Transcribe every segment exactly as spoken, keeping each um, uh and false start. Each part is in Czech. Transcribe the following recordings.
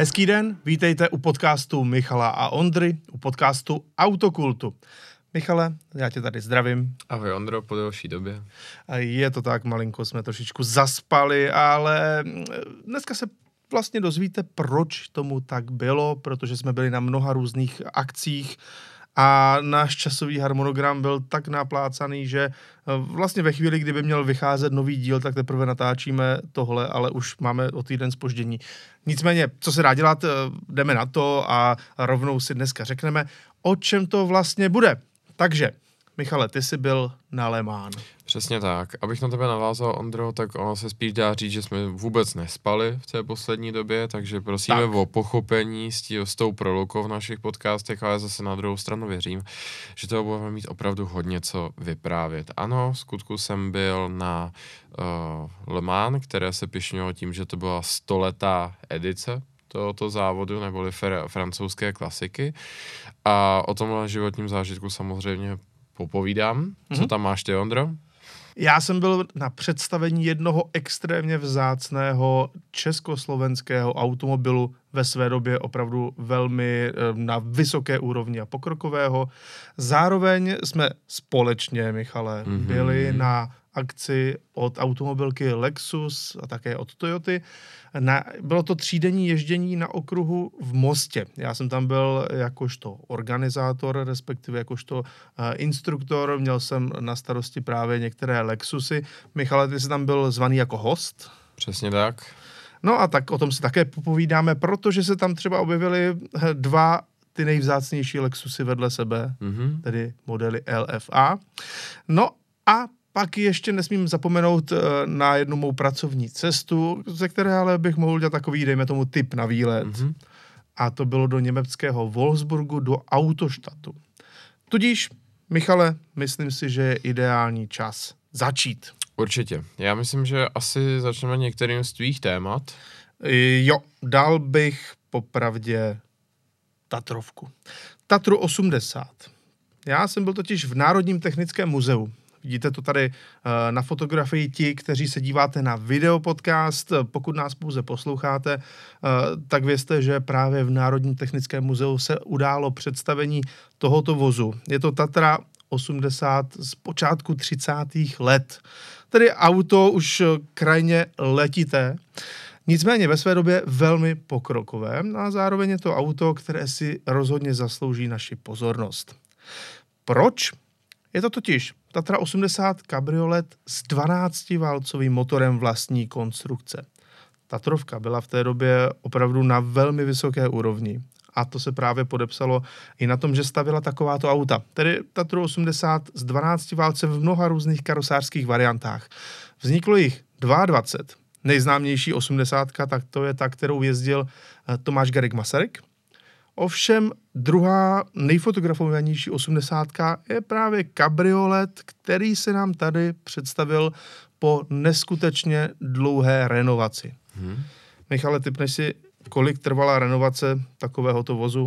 Hezký den, vítejte u podcastu Michala a Ondry, u podcastu Autokultu. Michale, já tě tady zdravím. Ahoj Ondro, po delší době. Je to tak, malinko jsme trošičku zaspali, ale dneska se vlastně dozvíte, proč tomu tak bylo, protože jsme byli na mnoha různých akcích a náš časový harmonogram byl tak naplácaný, že vlastně ve chvíli, kdyby měl vycházet nový díl, tak teprve natáčíme tohle, ale už máme o týden zpoždění. Nicméně, co se dá dělat, jdeme na to a rovnou si dneska řekneme, o čem to vlastně bude. Takže, Michale, ty jsi byl na Le Mans. Přesně tak. Abych na tebe navázal, Ondro, tak ono se spíš dá říct, že jsme vůbec nespali v té poslední době, takže prosíme tak o pochopení s, tí, s tou prolukou v našich podcastech, ale zase na druhou stranu věřím, že toho budeme mít opravdu hodně co vyprávět. Ano, v skutku jsem byl na uh, Le Mans, které se pyšnilo tím, že to byla stoletá edice tohoto závodu, neboli fr- francouzské klasiky. A o tomhle životním zážitku samozřejmě popovídám. Mm-hmm. Co tam máš ty, Ondro? Já jsem byl na představení jednoho extrémně vzácného československého automobilu, ve své době opravdu velmi na vysoké úrovni a pokrokového. Zároveň jsme společně, Michale, mm-hmm. byli na akci od automobilky Lexus a také od Toyoty. Na, bylo to třídenní ježdění na okruhu v Mostě. Já jsem tam byl jakožto organizátor, respektive jakožto uh, instruktor. Měl jsem na starosti právě některé Lexusy. Michale, ty jsi tam byl zvaný jako host. Přesně tak. No a tak o tom si také popovídáme, protože se tam třeba objevily dva ty nejvzácnější Lexusy vedle sebe, mm-hmm. tedy modely L F A. No a pak ještě nesmím zapomenout na jednu mou pracovní cestu, ze které ale bych mohl dělat takový, dejme tomu, tip na výlet. Mm-hmm. A to bylo do německého Wolfsburgu, do Autostatu. Tudíž, Michale, myslím si, že je ideální čas začít. Určitě. Já myslím, že asi začneme některým z tvých témat. Jo, dal bych popravdě Tatrovku. Tatru osmdesát. Já jsem byl totiž v Národním technickém muzeu. Vidíte to tady uh, na fotografii ti, kteří se díváte na videopodcast. Pokud nás pouze posloucháte, uh, tak vězte, že právě v Národním technickém muzeu se událo představení tohoto vozu. Je to Tatra osmdesát z počátku třicátých let. Tedy auto už krajně letité, nicméně ve své době velmi pokrokové a zároveň je to auto, které si rozhodně zaslouží naši pozornost. Proč? Je to totiž Tatra osmdesát kabriolet s dvanáctiválcovým motorem vlastní konstrukce. Tatrovka byla v té době opravdu na velmi vysoké úrovni. A to se právě podepsalo i na tom, že stavěla takováto auta. Tedy Tatru osmdesát s dvanáctiválcem v mnoha různých karosářských variantách. Vzniklo jich dvacet dva. Nejznámější osmdesátka, tak to je ta, kterou jezdil Tomáš Garrigue Masaryk. Ovšem druhá nejfotografovanější osmdesátka je právě kabriolet, který se nám tady představil po neskutečně dlouhé renovaci. Hmm. Michale, tipneš si, kolik trvala renovace takovéhoto vozu?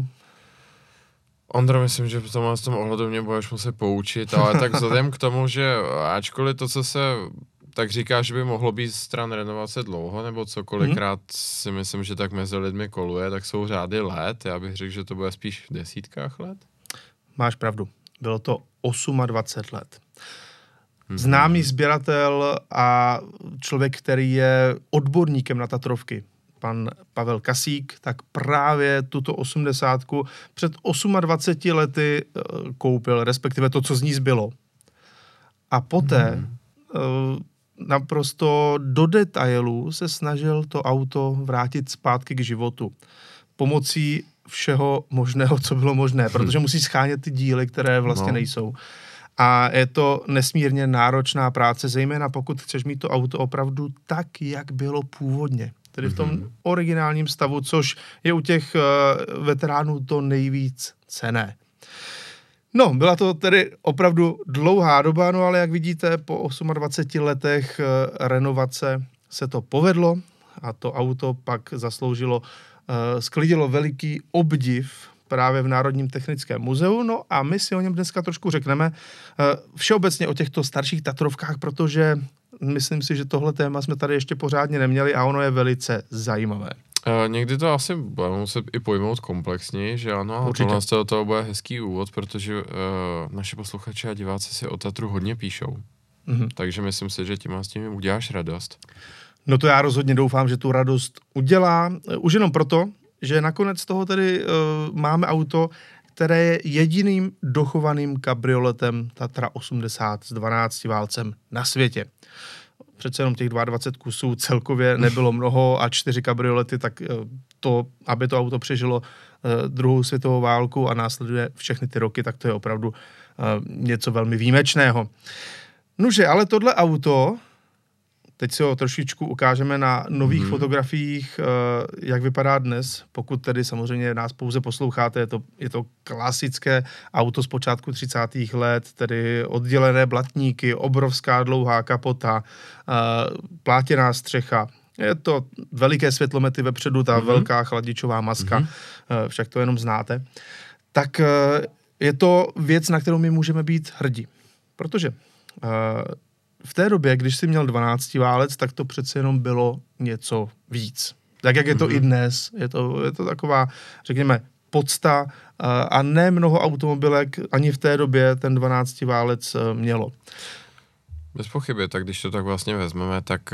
Ondro, myslím, že v tomhle tom ohledu mě budeš muset poučit, ale tak vzhledem k tomu, že ačkoliv to, co se tak říká, že by mohlo být stran renovace dlouho, nebo cokolikrát hmm. si myslím, že tak mezi lidmi koluje, tak jsou řády let. Já bych řekl, že to bude spíš v desítkách let. Máš pravdu. Bylo to dvacet osm let. Hmm. Známý sběratel a člověk, který je odborníkem na Tatrovky, pan Pavel Kasík, tak právě tuto osmdesátku před dvaceti osmi lety koupil, respektive to, co z ní zbylo. A poté hmm. uh, naprosto do detailů se snažil to auto vrátit zpátky k životu. Pomocí všeho možného, co bylo možné, protože musí schánět ty díly, které vlastně no. nejsou. A je to nesmírně náročná práce, zejména pokud chceš mít to auto opravdu tak, jak bylo původně. Tedy v tom mm-hmm. originálním stavu, což je u těch uh, veteránů to nejvíc cenné. No, byla to tedy opravdu dlouhá doba, no ale jak vidíte, po dvaceti osmi letech uh, renovace se to povedlo a to auto pak zasloužilo, uh, sklidilo veliký obdiv právě v Národním technickém muzeu, no a my si o něm dneska trošku řekneme uh, všeobecně o těchto starších Tatrovkách, protože myslím si, že tohle téma jsme tady ještě pořádně neměli a ono je velice zajímavé. Uh, někdy to asi budeme muset i pojmout komplexněji, že ano, a tohle z toho, toho bude hezký úvod, protože uh, naši posluchači a diváci si o Tatru hodně píšou. Mm-hmm. Takže myslím si, že tím a s tím uděláš radost. No to já rozhodně doufám, že tu radost udělá. Už jenom proto, že nakonec toho tedy uh, máme auto, které je jediným dochovaným kabrioletem Tatra osmdesát s dvanáctiválcem na světě. Přece jenom těch dvacet dva kusů celkově nebylo mnoho a čtyři kabriolety, tak to, aby to auto přežilo druhou světovou válku a následuje všechny ty roky, tak to je opravdu něco velmi výjimečného. Nože, ale tohle auto, teď si ho trošičku ukážeme na nových hmm. fotografiích, jak vypadá dnes, pokud tedy samozřejmě nás pouze posloucháte, je to, je to klasické auto z počátku třicátých let, tedy oddělené blatníky, obrovská dlouhá kapota, plátěná střecha, je to veliké světlomety vepředu, ta hmm. velká chladičová maska, hmm. však to jenom znáte. Tak je to věc, na kterou my můžeme být hrdí, protože v té době, když jsi měl dvanáctiválec, tak to přece jenom bylo něco víc. Tak jak je to mm-hmm. i dnes, je to, je to taková, řekněme, podsta a ne mnoho automobilek ani v té době ten dvanáctiválec mělo. Bez pochyby, tak když to tak vlastně vezmeme, tak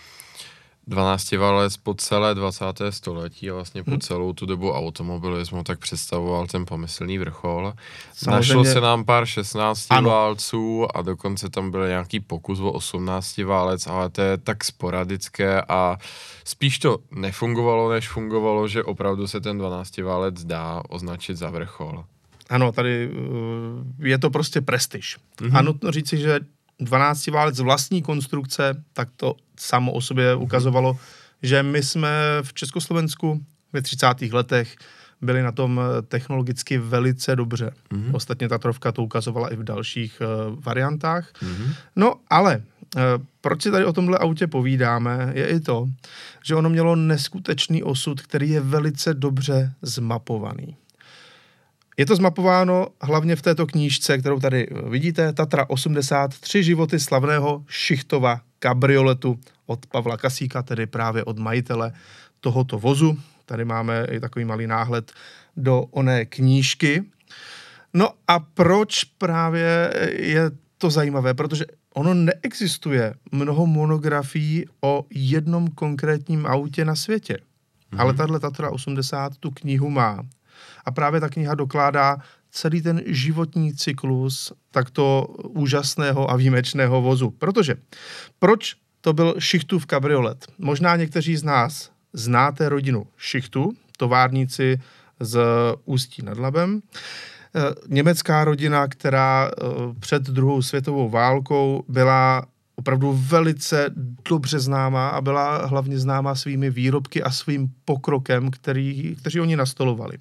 dvanáctiválec po celé dvacáté století a vlastně po hmm. celou tu dobu automobilismu tak představoval ten pomyslný vrchol. Samozřejmě. Našlo se nám pár šestnáctiválců a dokonce tam byl nějaký pokus o osmnáctiválec, ale to je tak sporadické a spíš to nefungovalo, než fungovalo, že opravdu se ten dvanáctiválec dá označit za vrchol. Ano, tady je to prostě prestiž. Hmm. A nutno říci, že dvanáctiválec z vlastní konstrukce, tak to samo o sobě ukazovalo, že my jsme v Československu ve třicátých letech byli na tom technologicky velice dobře. Mm-hmm. Ostatně Tatrovka to ukazovala i v dalších uh, variantách. Mm-hmm. No ale uh, proč si tady o tomhle autě povídáme, je i to, že ono mělo neskutečný osud, který je velice dobře zmapovaný. Je to zmapováno hlavně v této knížce, kterou tady vidíte, Tatra osmdesát, tři životy slavného Šichtova kabrioletu od Pavla Kasíka, tedy právě od majitele tohoto vozu. Tady máme i takový malý náhled do oné knížky. No a proč právě je to zajímavé? Protože ono neexistuje mnoho monografií o jednom konkrétním autě na světě. Mm-hmm. Ale tahle Tatra osmdesát tu knihu má. A právě ta kniha dokládá celý ten životní cyklus takto úžasného a výjimečného vozu. Protože proč to byl Šichtův kabriolet? Možná někteří z nás znáte rodinu Šichtů, továrníci z Ústí nad Labem. Německá rodina, která před druhou světovou válkou byla opravdu velice dobře známá a byla hlavně známá svými výrobky a svým pokrokem, který, kteří oni nastolovali.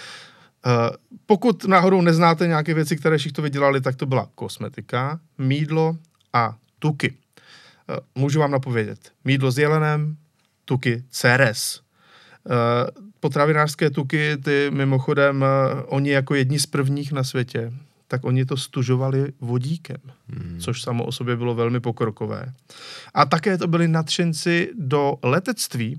Pokud náhodou neznáte nějaké věci, které Šichtovi dělali, tak to byla kosmetika, mýdlo a tuky. Můžu vám napovědět. Mýdlo s jelenem, tuky C R S. Potravinářské tuky, ty mimochodem, oni jako jedni z prvních na světě, tak oni to stužovali vodíkem, hmm. což samo o sobě bylo velmi pokrokové. A také to byli nadšenci do letectví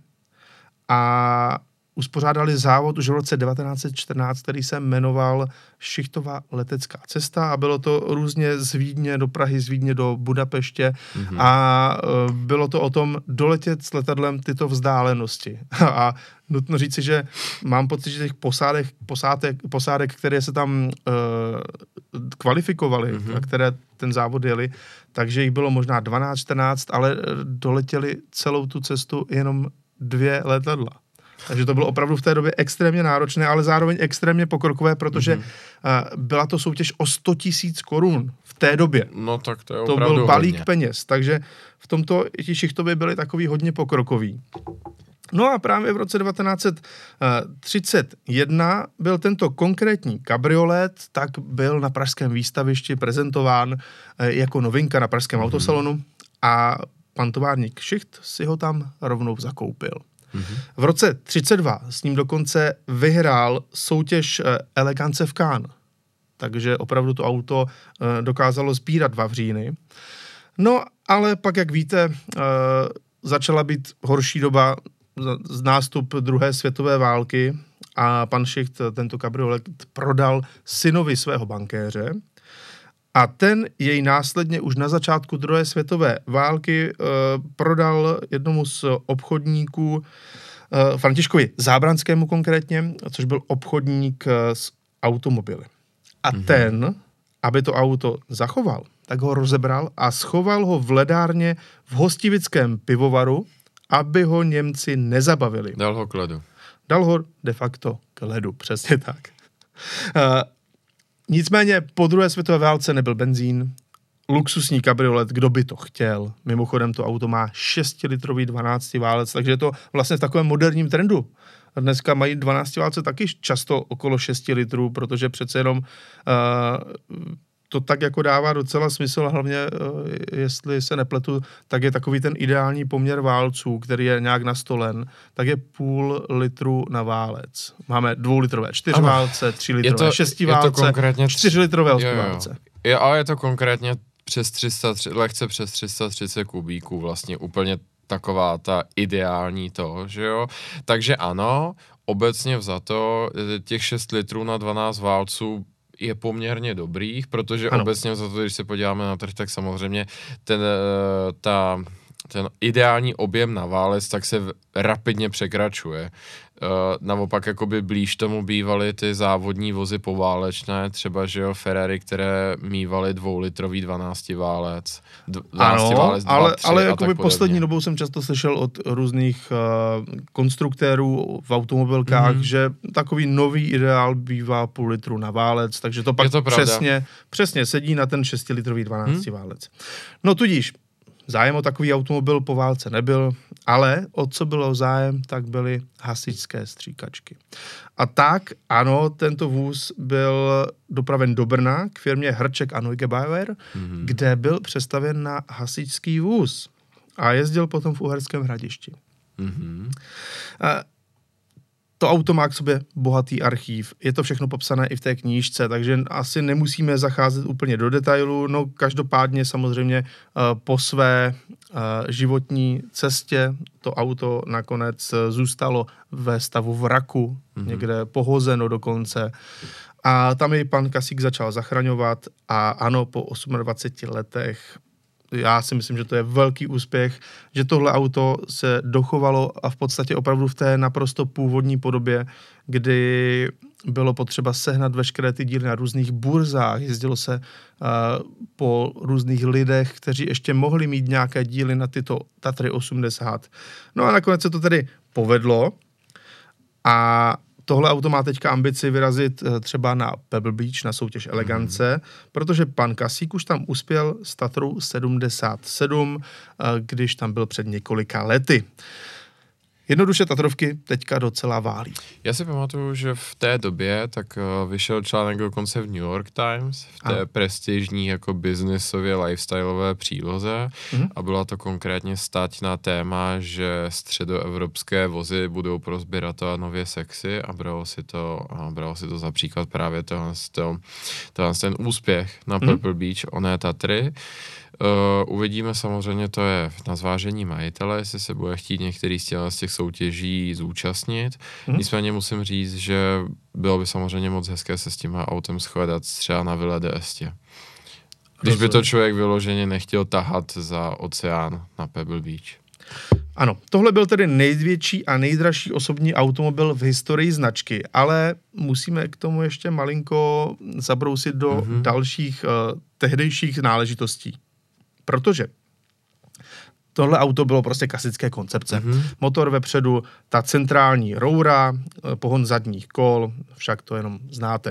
a uspořádali závod už v roce devatenáct set čtrnáct, který se jmenoval Šichtova letecká cesta a bylo to různě z Vídně do Prahy, z Vídně do Budapeště mm-hmm. a bylo to o tom doletět s letadlem tyto vzdálenosti. A nutno říci, že mám pocit, že těch posádek, posádek, posádek které se tam uh, kvalifikovaly mm-hmm. a které ten závod jeli, takže jich bylo možná dvanáct čtrnáct, ale doletěli celou tu cestu jenom dvě letadla. Takže to bylo opravdu v té době extrémně náročné, ale zároveň extrémně pokrokové, protože mm-hmm. uh, byla to soutěž o sto tisíc korun v té době. No tak to je to opravdu byl balík hodně. Peněz, takže v tomto ti Šichtovi byli takový hodně pokrokoví. No a právě v roce devatenáct set třicet jedna byl tento konkrétní kabriolet, tak byl na pražském výstavišti prezentován uh, jako novinka na pražském mm-hmm. autosalonu a pan továrník Šicht si ho tam rovnou zakoupil. V roce třicet dva s ním dokonce vyhrál soutěž Elegance v Cannes. Takže opravdu to auto dokázalo sbírat vavříny. No, ale pak, jak víte, začala být horší doba, z nástup druhé světové války a pan Schicht tento kabriolet prodal synovi svého bankéře a ten jej následně už na začátku druhé světové války uh, prodal jednomu z obchodníků, uh, Františkovi Zábranskému konkrétně, což byl obchodník uh, s automobily. A mm-hmm. ten, aby to auto zachoval, tak ho rozebral a schoval ho v ledárně v hostivickém pivovaru, aby ho Němci nezabavili. Dal ho k ledu. Dal ho de facto k ledu, přesně tak. Uh, nicméně po druhé světové válce nebyl benzín, luxusní kabriolet, kdo by to chtěl. Mimochodem to auto má šestilitrový dvanáctiválec, takže je to vlastně v takovém moderním trendu. Dneska mají dvanáctiválce taky často okolo šesti litrů, protože přece jenom uh, to tak jako dává docela smysl, a hlavně, uh, jestli se nepletu, tak je takový ten ideální poměr válců, který je nějak nastolen, tak je půl litru na válec. Máme dvoulitrové čtyřválce, tři litrové šestiválce, čtyřlitrové osmiválce. Je, ale je to konkrétně přes tři sta, lehce přes tři sta třicet kubíků, vlastně úplně taková ta ideální to, že jo. Takže ano, obecně vzato těch šest litrů na dvanáct válců je poměrně dobrých, protože ano. obecně vzato, když se podíváme na trh, tak samozřejmě ten, ta, ten ideální objem na válec tak se rapidně překračuje. Uh, naopak jakoby blíž tomu bývaly ty závodní vozy poválečné, třeba že jo Ferrari, které mývaly dvoulitrový dvanáctiválec, dvanáctiválec ano, ale, ale jakoby podobně. Poslední dobou jsem často slyšel od různých uh, konstruktérů v automobilkách, mm-hmm. že takový nový ideál bývá půl litru na válec, takže to pak to přesně, přesně sedí na ten šestilitrový dvanáctiválec. Mm. No tudíž, zájem o takový automobil po válce nebyl, ale o co bylo zájem, tak byly hasičské stříkačky. A tak, ano, tento vůz byl dopraven do Brna k firmě Hrček a Neugebauer, mm-hmm. kde byl přestavěn na hasičský vůz a jezdil potom v Uherském Hradišti. Mm-hmm. A to auto má k sobě bohatý archív. Je to všechno popsané i v té knížce, takže asi nemusíme zacházet úplně do detailu. No každopádně samozřejmě uh, po své uh, životní cestě to auto nakonec zůstalo ve stavu vraku, mm-hmm. někde pohozeno dokonce. A tam ji pan Kasík začal zachraňovat a ano, po dvaceti osmi letech já si myslím, že to je velký úspěch, že tohle auto se dochovalo a v podstatě opravdu v té naprosto původní podobě, kdy bylo potřeba sehnat veškeré ty díly na různých burzách, jezdilo se uh, po různých lidech, kteří ještě mohli mít nějaké díly na tyto Tatry osmdesát. No a nakonec se to tedy povedlo a tohle auto má teďka ambici vyrazit třeba na Pebble Beach, na soutěž elegance, mm. protože pan Kasík už tam uspěl s Tatrou sedmdesát sedm, když tam byl před několika lety. Jednoduše Tatrovky teďka docela válí. Já si pamatuju, že v té době tak vyšel článek dokonce v New York Times, v té a. prestižní jako biznisově lifestyleové příloze mm-hmm. a byla to konkrétně stať na téma, že středoevropské vozy budou pro sběratele nově sexy a bralo si to, a bralo si to za příklad právě tohle, tohle ten úspěch na Purple mm-hmm. Beach, oné Tatry. Uh, uvidíme samozřejmě, to je na zvážení majitele, jestli se bude chtít některý z těch, z těch soutěží zúčastnit. Hmm. Nicméně musím říct, že bylo by samozřejmě moc hezké se s tím autem shledat třeba na Villa d'Este. Když by to člověk vyloženě nechtěl tahat za oceán na Pebble Beach. Ano, tohle byl tedy největší a nejdražší osobní automobil v historii značky, ale musíme k tomu ještě malinko zabrousit do mm-hmm. dalších uh, tehdejších náležitostí. Protože tohle auto bylo prostě klasické koncepce. Mm-hmm. Motor vepředu, ta centrální roura, pohon zadních kol, však to jenom znáte.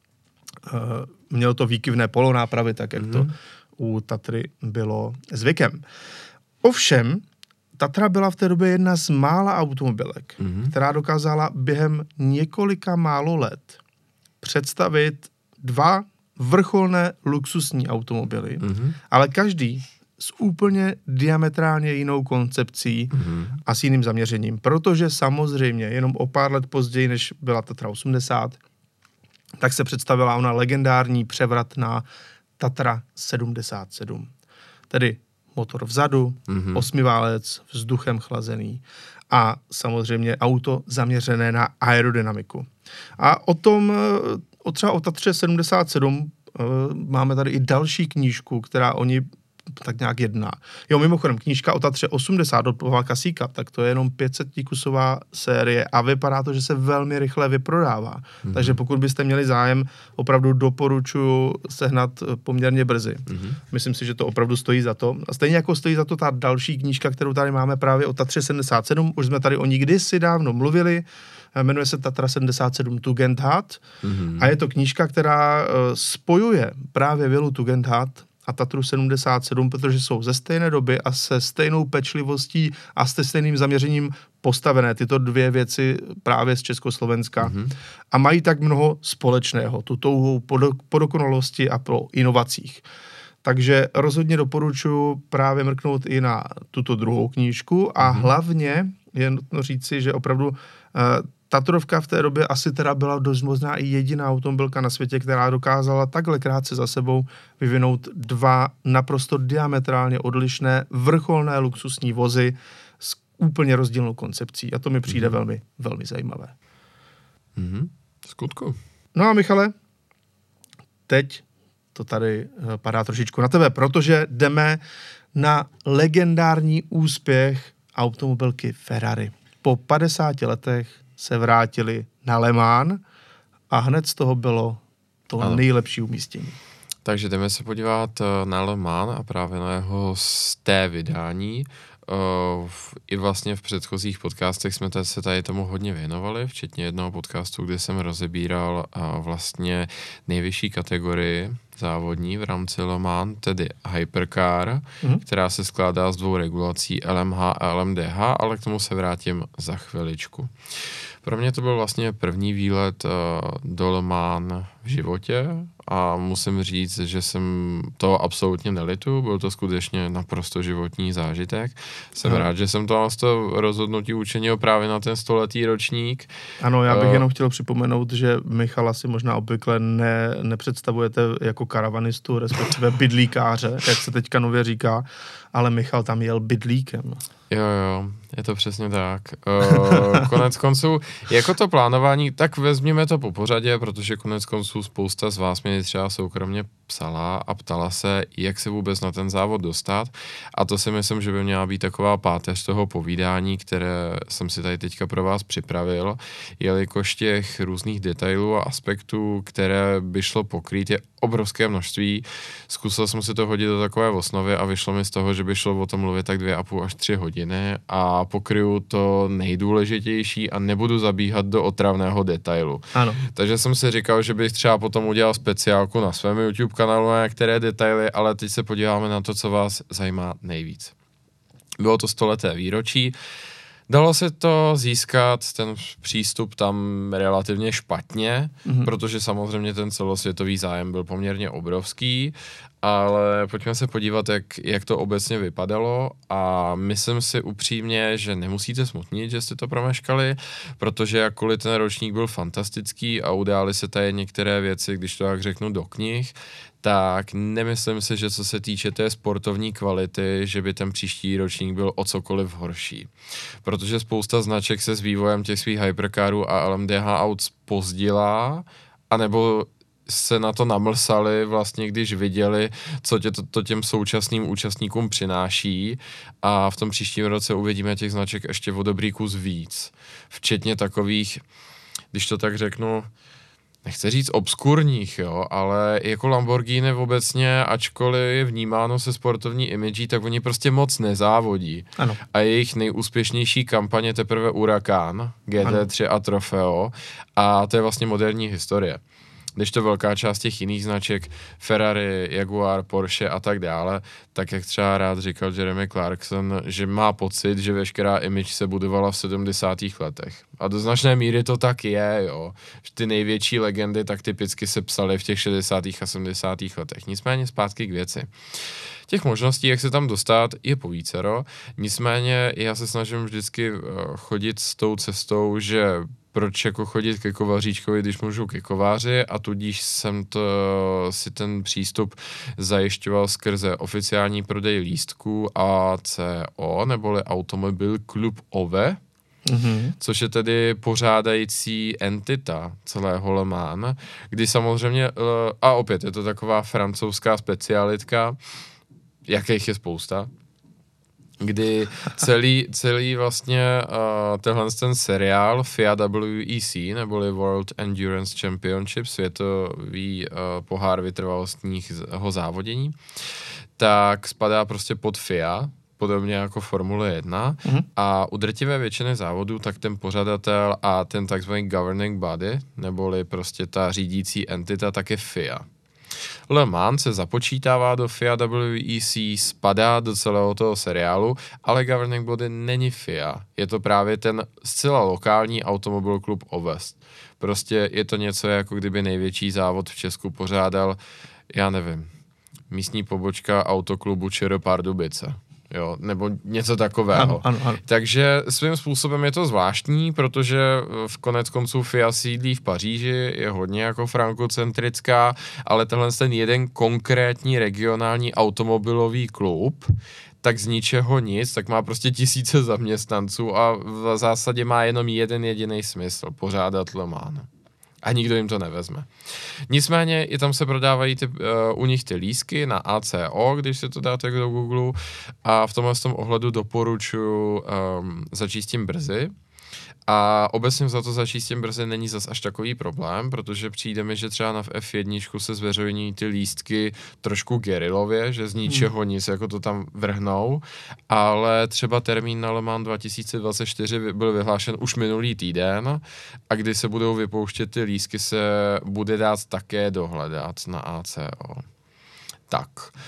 Mělo to výkyvné polonápravy, tak jak mm-hmm. to u Tatry bylo zvykem. Ovšem, Tatra byla v té době jedna z mála automobilek, mm-hmm. která dokázala během několika málo let představit dva vrcholné luxusní automobily, mm-hmm. ale každý s úplně diametrálně jinou koncepcí mm-hmm. a s jiným zaměřením, protože samozřejmě jenom o pár let později, než byla Tatra osmdesát, tak se představila ona legendární převratná Tatra sedmdesát sedm. Tedy motor vzadu, mm-hmm. osmiválec, vzduchem chlazený a samozřejmě auto zaměřené na aerodynamiku. A o tom, o třeba o Tatře sedmdesát sedm máme tady i další knížku, která oni tak nějak jedná. Jo, mimochodem, knížka o Tatře osmdesát od Pavla Kasíka, tak to je jenom pět set kusová série a vypadá to, že se velmi rychle vyprodává. Mm-hmm. Takže pokud byste měli zájem, opravdu doporučuji sehnat poměrně brzy. Mm-hmm. Myslím si, že to opravdu stojí za to. A stejně jako stojí za to ta další knížka, kterou tady máme právě o Tatře sedmdesát sedm, už jsme tady o ní kdysi dávno mluvili, jmenuje se Tatra sedmdesát sedm Tugendhat mm-hmm. a je to knížka, která spojuje právě vilu Tugendhat a Tatru sedmdesát sedm, protože jsou ze stejné doby a se stejnou pečlivostí a se stejným zaměřením postavené tyto dvě věci právě z Československa. Mm-hmm. A mají tak mnoho společného, tu touhu po, do, po dokonalosti a po inovacích. Takže rozhodně doporučuji právě mrknout i na tuto druhou knížku a mm-hmm. hlavně je nutno říci, že opravdu uh, Tatrovka v té době asi teda byla dost možná i jediná automobilka na světě, která dokázala takhle krátce za sebou vyvinout dva naprosto diametrálně odlišné vrcholné luxusní vozy s úplně rozdílnou koncepcí. A to mi přijde mm-hmm. velmi, velmi zajímavé. Mm-hmm. Skutku. No a Michale, teď to tady padá trošičku na tebe, protože jdeme na legendární úspěch automobilky Ferrari. Po padesáti letech se vrátili na Le Mans a hned z toho bylo to ano. nejlepší umístění. Takže jdeme se podívat na Le Mans a právě na jeho sté vydání. Uh, I vlastně v předchozích podcastech jsme se tady tomu hodně věnovali, včetně jednoho podcastu, kde jsem rozebíral uh, vlastně nejvyšší kategorii závodní v rámci Le Mans, tedy Hypercar, mm-hmm. která se skládá z dvou regulací L M H a L M D H, ale k tomu se vrátím za chviličku. Pro mě to byl vlastně první výlet uh, do Le Mans v životě a musím říct, že jsem to absolutně nelituju, byl to skutečně naprosto životní zážitek. Jsem no. rád, že jsem to, to rozhodnutí učinil právě na ten stoletý ročník. Ano, já bych uh, jenom chtěl připomenout, že Michala si možná obvykle ne, nepředstavujete jako karavanistu, respektive bydlíkáře, jak se teďka nově říká, ale Michal tam jel bydlíkem. Jo, jo, je to přesně tak. Uh, konec konců, jako to plánování, tak vezměme to po pořadě, protože konec konců spousta z vás mě třeba soukromně psala a ptala se, jak se vůbec na ten závod dostat. A to si myslím, že by měla být taková páteř toho povídání, které jsem si tady teďka pro vás připravil, jelikož těch různých detailů a aspektů, které by šlo pokrýt, je obrovské množství. Zkusil jsem si to hodit do takové osnovy a vyšlo mi z toho, že by šlo o tom mluvit tak dvě a půl až tři hodiny a pokryju to nejdůležitější a nebudu zabíhat do otravného detailu. Ano. Takže jsem si říkal, že bych třeba potom udělal speciálku na svém YouTube kanálu na některé detaily, ale teď se podíváme na to, co vás zajímá nejvíc. Bylo to stoleté výročí. Dalo se to získat, ten přístup tam relativně špatně, mm-hmm. protože samozřejmě ten celosvětový zájem byl poměrně obrovský, ale pojďme se podívat, jak, jak to obecně vypadalo a myslím si upřímně, že nemusíte smutnit, že jste to promeškali, protože jakkoliv ten ročník byl fantastický a udály se tady některé věci, když to tak řeknu do knih, tak nemyslím si, že co se týče té sportovní kvality, že by ten příští ročník byl o cokoliv horší. Protože spousta značek se s vývojem těch svých hypercarů a L M D H aut zpozdila, anebo se na to namlsali vlastně, když viděli, co tě to, to těm současným účastníkům přináší a v tom příštím roce uvidíme těch značek ještě o dobrý kus víc. Včetně takových, když to tak řeknu, nechci říct obskurních, jo, ale jako Lamborghini obecně, ačkoliv je vnímáno se sportovní imidží, tak oni prostě moc nezávodí. Ano. A jejich nejúspěšnější kampaň je teprve Huracán, G T tři ano. a Trofeo a to je vlastně moderní historie. Když to velká část těch jiných značek, Ferrari, Jaguar, Porsche a tak dále, tak jak třeba rád říkal Jeremy Clarkson, že má pocit, že veškerá image se budovala v sedmdesátých letech. A do značné míry to tak je, jo. Ty největší legendy tak typicky se psaly v těch šedesátých a sedmdesátých letech. Nicméně zpátky k věci. Těch možností, jak se tam dostat, je povícero. Nicméně já se snažím vždycky chodit s tou cestou, že proč jako chodit ke kovaříčkovi, když můžu ke kováři a tudíž jsem to, si ten přístup zajišťoval skrze oficiální prodej lístků A C O, neboli Automobil Klub O V E, mm-hmm. což je tedy pořádající entita celého Le Mans, kdy samozřejmě, a opět je to taková francouzská specialitka, jakých je spousta, kdy celý, celý vlastně uh, tenhle ten seriál F I A W E C, neboli World Endurance Championship, světový uh, pohár vytrvalostního závodění, tak spadá prostě pod F I A, podobně jako Formule jedna, mm-hmm. a u drtivé většiny závodů tak ten pořadatel a ten takzvaný governing body, neboli prostě ta řídící entita, tak je F I A. Le Mans se započítává do F I A W E C, spadá do celého toho seriálu, ale governing body není F I A. Je to právě ten zcela lokální automobil klub Ovest. Prostě je to něco, jako kdyby největší závod v Česku pořádal, já nevím, místní pobočka autoklubu ČR Pardubice. Jo, nebo něco takového. Ano, ano, ano. Takže svým způsobem je to zvláštní, protože v konec konců F I A sídlí v Paříži, je hodně jako frankocentrická, ale tenhle ten jeden konkrétní regionální automobilový klub, tak z ničeho nic, tak má prostě tisíce zaměstnanců a v zásadě má jenom jeden jediný smysl, pořádat Le Mans. A nikdo jim to nevezme. Nicméně i tam se prodávají ty, uh, u nich ty lístky na A C O, když si to dáte do Google, a v tomhle tom ohledu doporučuji um, začít s tím brzy. A obecně za to začít s tím brzy není zas až takový problém, protože přijde mi, že třeba na F jedna se zveřejní ty lístky trošku gerilově, že z ničeho hmm. nic, jako to tam vrhnou, ale třeba termín na Le Mans dva tisíce dvacet čtyři byl vyhlášen už minulý týden a kdy se budou vypouštět ty lístky, se bude dát také dohledat na A C O. Tak.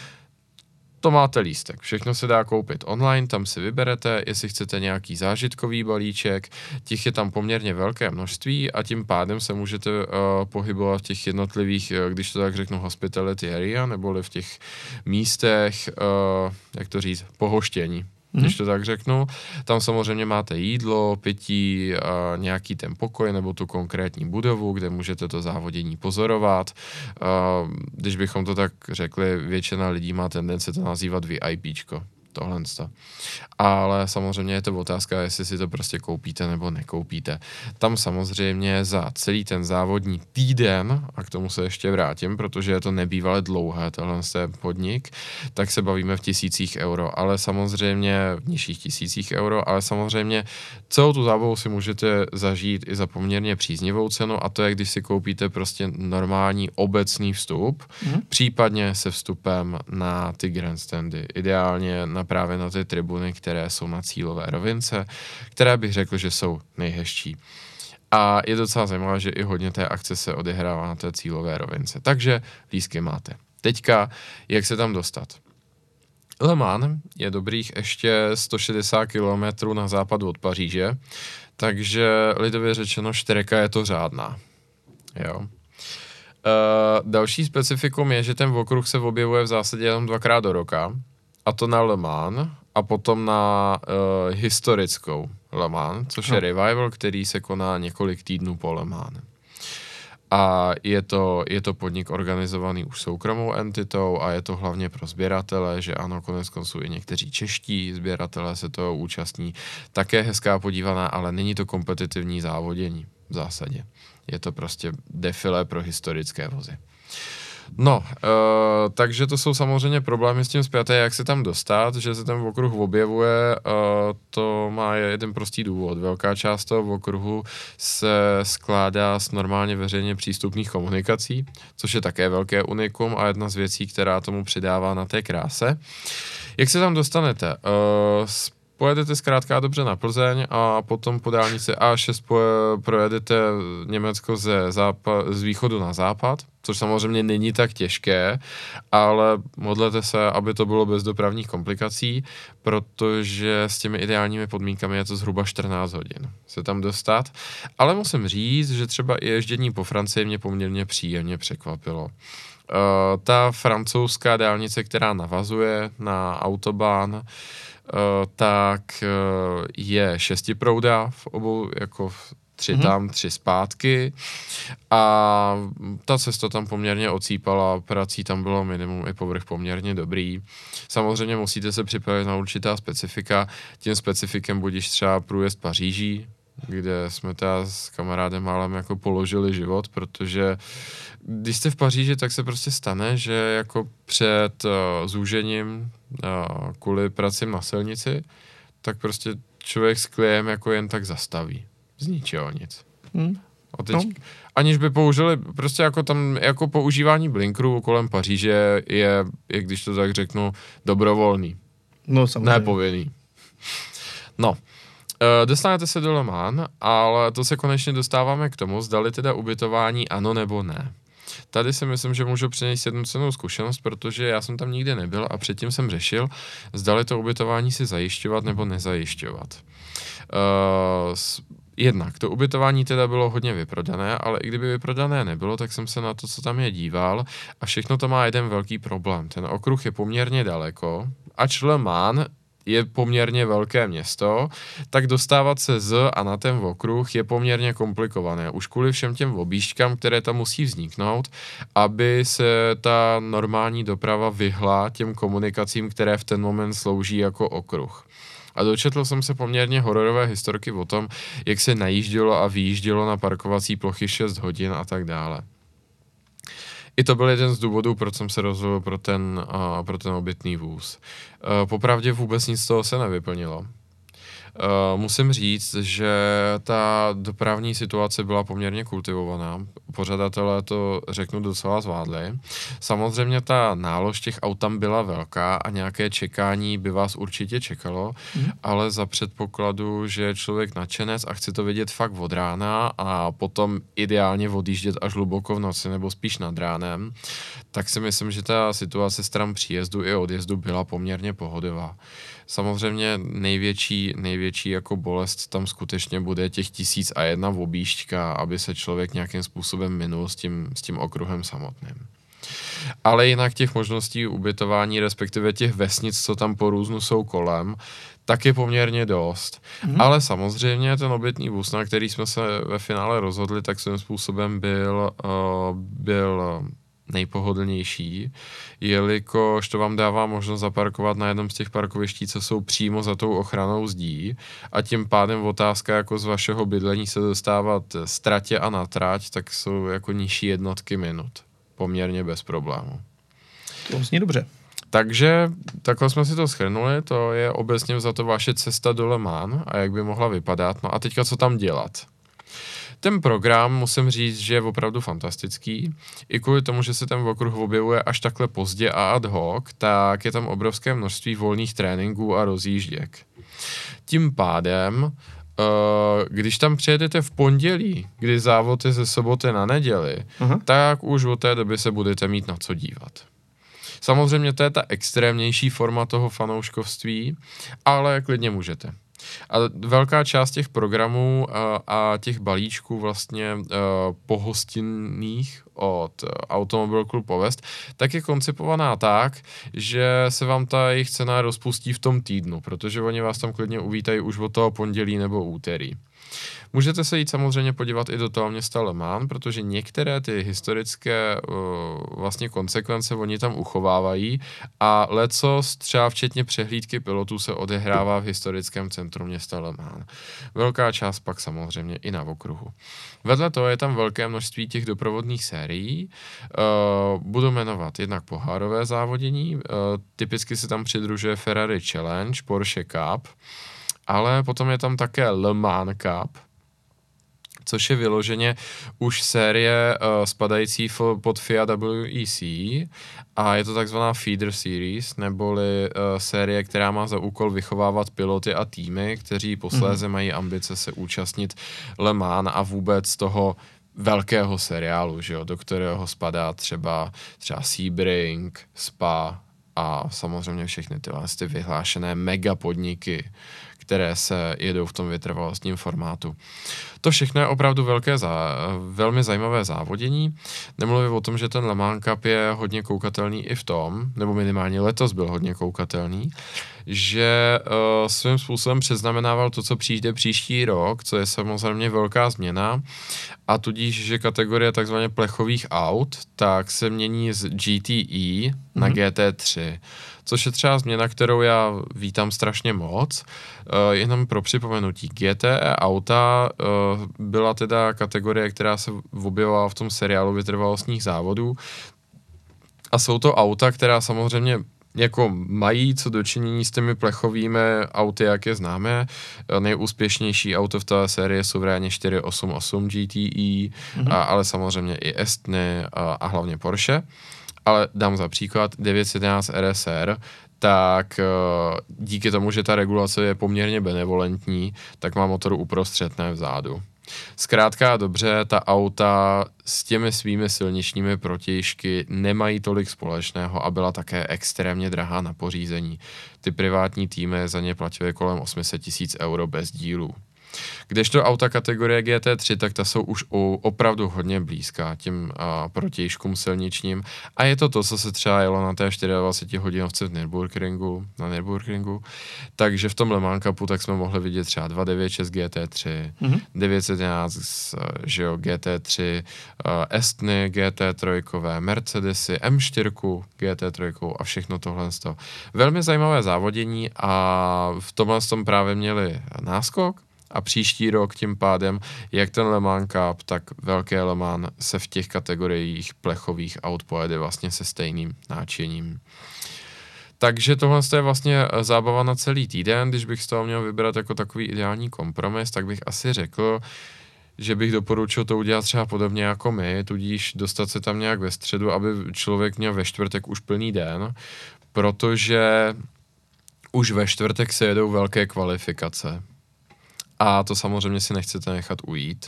To máte lístek. Všechno se dá koupit online, tam si vyberete, jestli chcete nějaký zážitkový balíček, těch je tam poměrně velké množství a tím pádem se můžete uh, pohybovat v těch jednotlivých, uh, když to tak řeknu, hospitality area, neboli v těch místech, uh, jak to říct, pohoštění. Když to tak řeknu, tam samozřejmě máte jídlo, pití, a nějaký ten pokoj nebo tu konkrétní budovu, kde můžete to závodění pozorovat. A když bychom to tak řekli, většina lidí má tendenci to nazývat VIPčko. Tohle. Ale samozřejmě je to otázka, jestli si to prostě koupíte nebo nekoupíte. Tam samozřejmě za celý ten závodní týden, a k tomu se ještě vrátím, protože je to nebývale dlouhé, tohle je podnik, tak se bavíme v tisících euro, ale samozřejmě v nižších tisících euro, ale samozřejmě celou tu zábavu si můžete zažít i za poměrně příznivou cenu a to je, když si koupíte prostě normální obecný vstup, mm. případně se vstupem na ty grandstandy. Ideálně na právě na ty tribuny, které jsou na cílové rovince, které bych řekl, že jsou nejhezčí. A je docela zajímavé, že i hodně té akce se odehrává na té cílové rovince. Takže lístky máte. Teďka, jak se tam dostat? Le Mans je dobrých ještě sto šedesát kilometrů na západ od Paříže, takže lidově řečeno čtyřka je to řádná. Jo. Uh, další specifikum je, že ten okruh se objevuje v zásadě jenom dvakrát do roka, a to na Le Mans a potom na uh, historickou Le Mans, což no. je revival, který se koná několik týdnů po Le Mans. A je to, je to podnik organizovaný už soukromou entitou a je to hlavně pro sběratele, že ano, konec konců i někteří čeští sběratelé se toho účastní. Také hezká podívaná, ale není to kompetitivní závodění v zásadě. Je to prostě defilé pro historické vozy. No, uh, takže to jsou samozřejmě problémy s tím zpěté, jak se tam dostat, že se ten okruh objevuje, uh, to má jeden prostý důvod. Velká část toho okruhu se skládá z normálně veřejně přístupných komunikací, což je také velké unikum a jedna z věcí, která tomu přidává na té kráse. Jak se tam dostanete? Uh, Pojedete zkrátka dobře na Plzeň a potom po dálnici A šest poje, projedete Německo ze západ, z východu na západ, což samozřejmě není tak těžké, ale modlete se, aby to bylo bez dopravních komplikací, protože s těmi ideálními podmínkami je to zhruba čtrnáct hodin se tam dostat. Ale musím říct, že třeba i ježdění po Francii mě poměrně příjemně překvapilo. Uh, ta francouzská dálnice, která navazuje na autobahn, Uh, tak uh, je šestiprouda v obou, jako v, Tři mm-hmm. tam, tři zpátky a ta cesta tam poměrně ocípala, prací tam bylo minimum i povrch poměrně dobrý. Samozřejmě musíte se připravit na určitá specifika, tím specifikem budíš třeba průjezd Paříží, kde jsme teda s kamarádem málem jako položili život, protože když jste v Paříži, tak se prostě stane, že jako před uh, zúžením uh, kvůli pracím na silnici, tak prostě člověk s klijem jako jen tak zastaví. Z ničeho nic. Hmm. A teď, no. Aniž by použili, prostě jako tam, jako používání blinkru kolem Paříže je, je, když to tak řeknu, dobrovolný. No samozřejmě. Nepovinný. No. Uh, dostanete se do Le Mans, ale to se konečně dostáváme k tomu, zdali teda ubytování ano nebo ne. Tady si myslím, že můžu přinést jednu cennou zkušenost, protože já jsem tam nikdy nebyl a předtím jsem řešil, zdali to ubytování si zajišťovat nebo nezajišťovat. Uh, Jednak, to ubytování teda bylo hodně vyprodané, ale i kdyby vyprodané nebylo, tak jsem se na to, co tam je, díval a všechno to má jeden velký problém. Ten okruh je poměrně daleko, ač Le Mans je poměrně velké město, tak dostávat se z a na ten okruh je poměrně komplikované. Už kvůli všem těm objížďkám, které tam musí vzniknout, aby se ta normální doprava vyhla těm komunikacím, které v ten moment slouží jako okruh. A dočetl jsem se poměrně hororové historky o tom, jak se najíždělo a vyjíždělo na parkovací plochy šest hodin a tak dále. I to byl jeden z důvodů, proč jsem se rozhodl pro ten, uh, pro ten obytný vůz. Uh, popravdě vůbec nic z toho se nevyplnilo. Uh, musím říct, že ta dopravní situace byla poměrně kultivovaná. Pořadatelé to, řeknu, docela zvládli. Samozřejmě ta nálož těch aut tam byla velká a nějaké čekání by vás určitě čekalo, mm. ale za předpokladu, že je člověk nadšenec a chce to vidět fakt od rána a potom ideálně odjíždět až hluboko v noci nebo spíš nad ránem, tak si myslím, že ta situace stran příjezdu i odjezdu byla poměrně pohodová. Samozřejmě největší, největší jako bolest tam skutečně bude těch tisíc a jedna objížďka, aby se člověk nějakým způsobem minul s tím, s tím okruhem samotným. Ale jinak těch možností ubytování, respektive těch vesnic, co tam po různu jsou kolem, tak je poměrně dost. Mm. Ale samozřejmě ten obytný vůz, na který jsme se ve finále rozhodli, tak svým způsobem byl, uh, byl nejpohodlnější, jelikož to vám dává možnost zaparkovat na jednom z těch parkoviští, co jsou přímo za tou ochranou zdí a tím pádem otázka jako z vašeho bydlení se dostávat z tratě a na trať, tak jsou jako nižší jednotky minut. Poměrně bez problému. To zní dobře. Takže takhle jsme si to shrnuli, to je obecně za to vaše cesta do Le Mans a jak by mohla vypadat. No a teďka co tam dělat? Ten program, musím říct, že je opravdu fantastický. I kvůli tomu, že se ten okruh objevuje až takhle pozdě a ad hoc, tak je tam obrovské množství volných tréninků a rozjížděk. Tím pádem, když tam přijedete v pondělí, kdy závod je ze soboty na neděli, uh-huh. tak už od té doby se budete mít na co dívat. Samozřejmě to je ta extrémnější forma toho fanouškovství, ale klidně můžete. A velká část těch programů a, a těch balíčků vlastně uh, pohostinných od Automobil Club Povest, tak je koncipovaná tak, že se vám ta jejich cena rozpustí v tom týdnu, protože oni vás tam klidně uvítají už od toho pondělí nebo úterý. Můžete se jít samozřejmě podívat i do toho města Le Mans, protože některé ty historické uh, vlastně konsekvence oni tam uchovávají a lecos třeba včetně přehlídky pilotů se odehrává v historickém centru města Le Mans. Velká část pak samozřejmě i na okruhu. Vedle toho je tam velké množství těch doprovodných sérií. Uh, budu jmenovat jednak pohárové závodění, uh, typicky se tam přidružuje Ferrari Challenge, Porsche Cup, ale potom je tam také Le Mans Cup, což je vyloženě už série uh, spadající f- pod F I A W E C a je to takzvaná feeder series, neboli uh, série, která má za úkol vychovávat piloty a týmy, kteří posléze mm. mají ambice se účastnit Le Mans a vůbec toho velkého seriálu, že jo, do kterého spadá třeba, třeba Sebring, Spa a samozřejmě všechny ty vlastně vyhlášené mega podniky, které se jedou v tom vytrvalostním formátu. To všechno je opravdu velké zá, velmi zajímavé závodění. Nemluvím o tom, že ten Le Mans Cup je hodně koukatelný i v tom, nebo minimálně letos byl hodně koukatelný, že uh, svým způsobem předznamenával to, co přijde příští rok, co je samozřejmě velká změna, a tudíž, že kategorie takzvaně plechových aut, tak se mění z G T E mm-hmm. na G T tři, což je třeba změna, kterou já vítám strašně moc. Uh, jenom pro připomenutí, G T E auta uh, byla teda kategorie, která se objevovala v tom seriálu vytrvalostních závodů, a jsou to auta, která samozřejmě jako mají co dočinění s těmi plechovými auty, jak je známe. Nejúspěšnější auto v té sérii je suverénně čtyři osm osm G T E, mm-hmm. a, ale samozřejmě i Estny a, a hlavně Porsche. Ale dám za příklad devět set jedenáct R S R, tak díky tomu, že ta regulace je poměrně benevolentní, tak má motor uprostřed, ne vzadu. Zkrátka a dobře, ta auta s těmi svými silničními protějšky nemají tolik společného a byla také extrémně drahá na pořízení. Ty privátní týmy za ně platily kolem osm set tisíc euro bez dílů. Kdežto auta kategorie G T tři, tak ta jsou už u, opravdu hodně blízká těm a, protějškům silničním, a je to to, co se třeba jelo na té dvacet čtyři hodinovce v Nürburgringu, na Nürburgringu, takže v tom Le Mans Cupu tak jsme mohli vidět třeba dva devět šest G T tři, mm-hmm. devět set jedenáct, že jo, G T tři, uh, Estny G T tři, Mercedesy, M čtyři G T tři a všechno tohle. Velmi zajímavé závodění, a v tomhle tom právě měli náskok. A příští rok tím pádem, jak ten Le Mans Cup, tak velké Le Mans se v těch kategoriích plechových aut pojede vlastně se stejným náčiněním. Takže tohle je vlastně zábava na celý týden. Když bych z toho měl vybrat jako takový ideální kompromis, tak bych asi řekl, že bych doporučil to udělat třeba podobně jako my, tudíž dostat se tam nějak ve středu, aby člověk měl ve čtvrtek už plný den, protože už ve čtvrtek se jedou velké kvalifikace. A to samozřejmě si nechcete nechat ujít.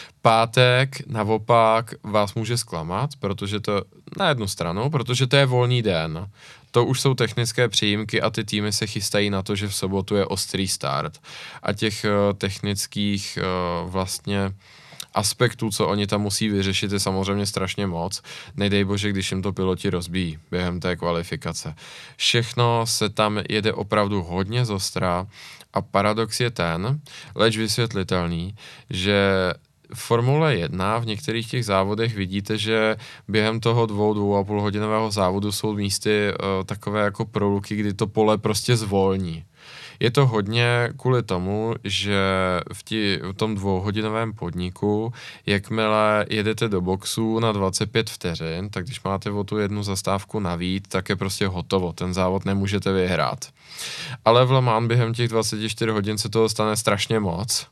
Pátek naopak vás může zklamat, protože to na jednu stranu, protože to je volný den. To už jsou technické přijímky a ty týmy se chystají na to, že v sobotu je ostrý start. A těch uh, technických uh, vlastně aspektů, co oni tam musí vyřešit, je samozřejmě strašně moc. Nejdej bože, když jim to piloti rozbíjí během té kvalifikace. Všechno se tam jede opravdu hodně zostra, a paradox je ten, leč vysvětlitelný, že Formule jedna v některých těch závodech vidíte, že během toho dvou, dvou a půl hodinového závodu jsou místy uh, takové jako proluky, kdy to pole prostě zvolní. Je to hodně kvůli tomu, že v, tí, v tom dvouhodinovém podniku, jakmile jedete do boxu na dvacet pět vteřin, tak když máte o tu jednu zastávku navíc, tak je prostě hotovo, ten závod nemůžete vyhrát. Ale v Le Mans během těch dvacet čtyři hodin se toho stane strašně moc.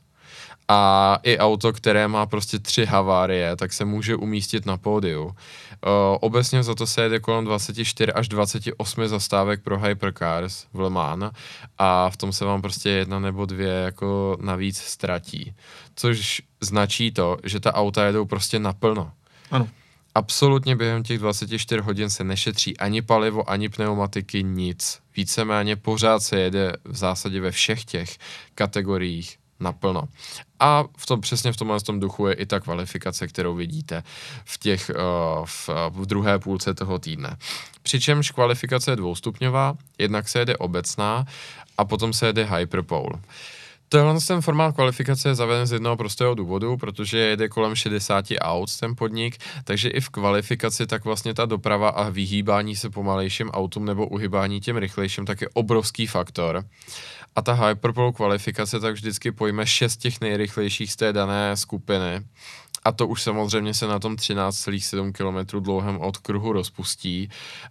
A i auto, které má prostě tři havárie, tak se může umístit na pódiu. Uh, obecně za to se jede kolem dvacet čtyři až dvacet osm zastávek pro hypercars v Le Mans, a v tom se vám prostě jedna nebo dvě jako navíc ztratí. Což značí to, že ta auta jedou prostě naplno. Ano. Absolutně během těch dvacet čtyři hodin se nešetří ani palivo, ani pneumatiky, nic. Víceméně pořád se jede v zásadě ve všech těch kategoriích naplno. A v tom, přesně v tomhle tom duchu je i ta kvalifikace, kterou vidíte v těch uh, v, v druhé půlce toho týdne. Přičemž kvalifikace je dvoustupňová, jednak se jede obecná a potom se jede Hyperpole. Tenhle ten formát kvalifikace je zaveden z jednoho prostého důvodu, protože jede kolem šedesát aut ten podnik, takže i v kvalifikaci tak vlastně ta doprava a vyhýbání se pomalejším autům nebo uhybání těm rychlejším tak je obrovský faktor. A ta Hyperpole kvalifikace tak vždycky pojme šest těch nejrychlejších z té dané skupiny. A to už samozřejmě se na tom třináct celá sedm kilometrů dlouhém odkruhu rozpustí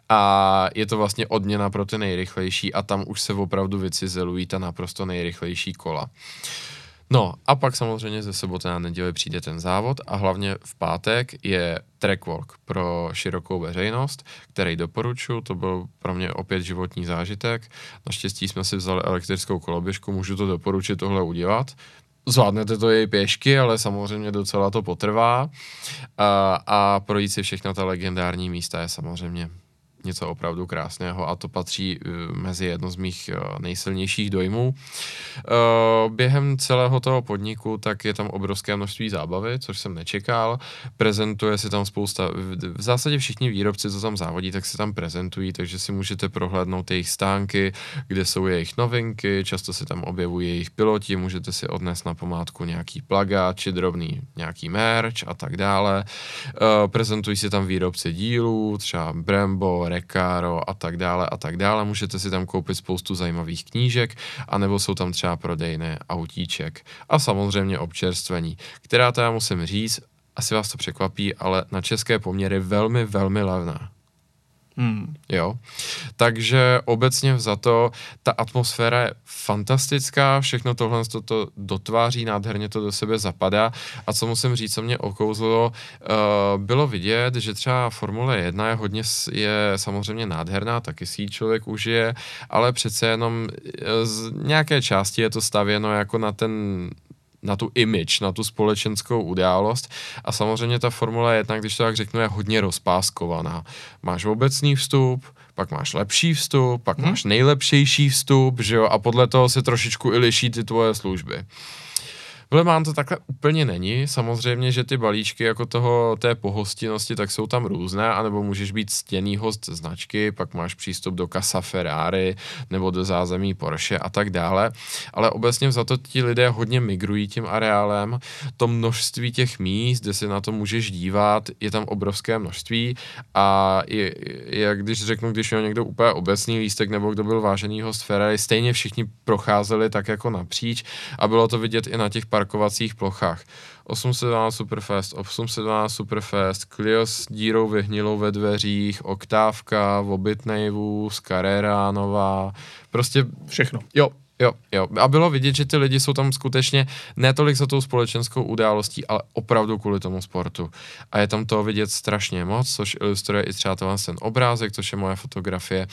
a je to vlastně odměna pro ty nejrychlejší a tam už se opravdu vycizelují ta naprosto nejrychlejší kola. No a pak samozřejmě ze soboty na neděli přijde ten závod a hlavně v pátek je track walk pro širokou veřejnost, který doporučuji, to byl pro mě opět životní zážitek. Naštěstí jsme si vzali elektrickou koloběžku, můžu to doporučit tohle udělat. Zvládnete to i pěšky, ale samozřejmě docela to potrvá a, a projít si všechna ta legendární místa je samozřejmě něco opravdu krásného a to patří mezi jedno z mých nejsilnějších dojmů. Během celého toho podniku tak je tam obrovské množství zábavy, což jsem nečekal. Prezentuje si tam spousta, v zásadě všichni výrobci, co tam závodí, tak se tam prezentují, takže si můžete prohlédnout jejich stánky, kde jsou jejich novinky, často se tam objevují jejich piloti, můžete si odnést na památku nějaký plagát či drobný nějaký merch a tak dále. Prezentují si tam výrobci dílů, třeba Brembo, Recaro a tak dále a tak dále. Můžete si tam koupit spoustu zajímavých knížek, anebo jsou tam třeba prodejné autíček. A samozřejmě občerstvení, která teda musím říct, asi vás to překvapí, ale na české poměry velmi, velmi levná. Hmm. Jo, takže obecně vzato ta atmosféra je fantastická, všechno tohle to, to dotváří, nádherně to do sebe zapadá a co musím říct, co mě okouzlilo, uh, bylo vidět, že třeba Formule jedna je hodně, je samozřejmě nádherná, taky si ji člověk užije, ale přece jenom z nějaké části je to stavěno jako na ten na tu image, na tu společenskou událost a samozřejmě ta Formule jedna, když to tak řeknu, je hodně rozpáskovaná. Máš obecný vstup, pak máš lepší vstup, pak hmm. máš nejlepšejší vstup, že jo, a podle toho se trošičku i liší ty tvoje služby. V Le Mans to takhle úplně není, samozřejmě, že ty balíčky jako toho, té pohostinnosti, tak jsou tam různé, anebo můžeš být ctěný host značky, pak máš přístup do kasa Ferrari, nebo do zázemí Porsche a tak dále, ale obecně vzato ti lidé hodně migrují tím areálem, to množství těch míst, kde si na to můžeš dívat, je tam obrovské množství a je, jak když řeknu, když měl někdo úplně obecný lístek, nebo kdo byl vážený host Ferrari, stejně všichni procházeli tak jako napříč a bylo to vidět i na těch parkovacích plochách. osm set dvanáct Superfest, osm set dvanáct Superfest, Clio s dírou vyhnilou ve dveřích, Oktávka, obytnej vůz, Carrera nová, prostě všechno. Jo, jo, jo. A bylo vidět, že ty lidi jsou tam skutečně ne tolik za tou společenskou událostí, ale opravdu kvůli tomu sportu. A je tam toho vidět strašně moc, což ilustruje i třeba ten obrázek, což je moje fotografie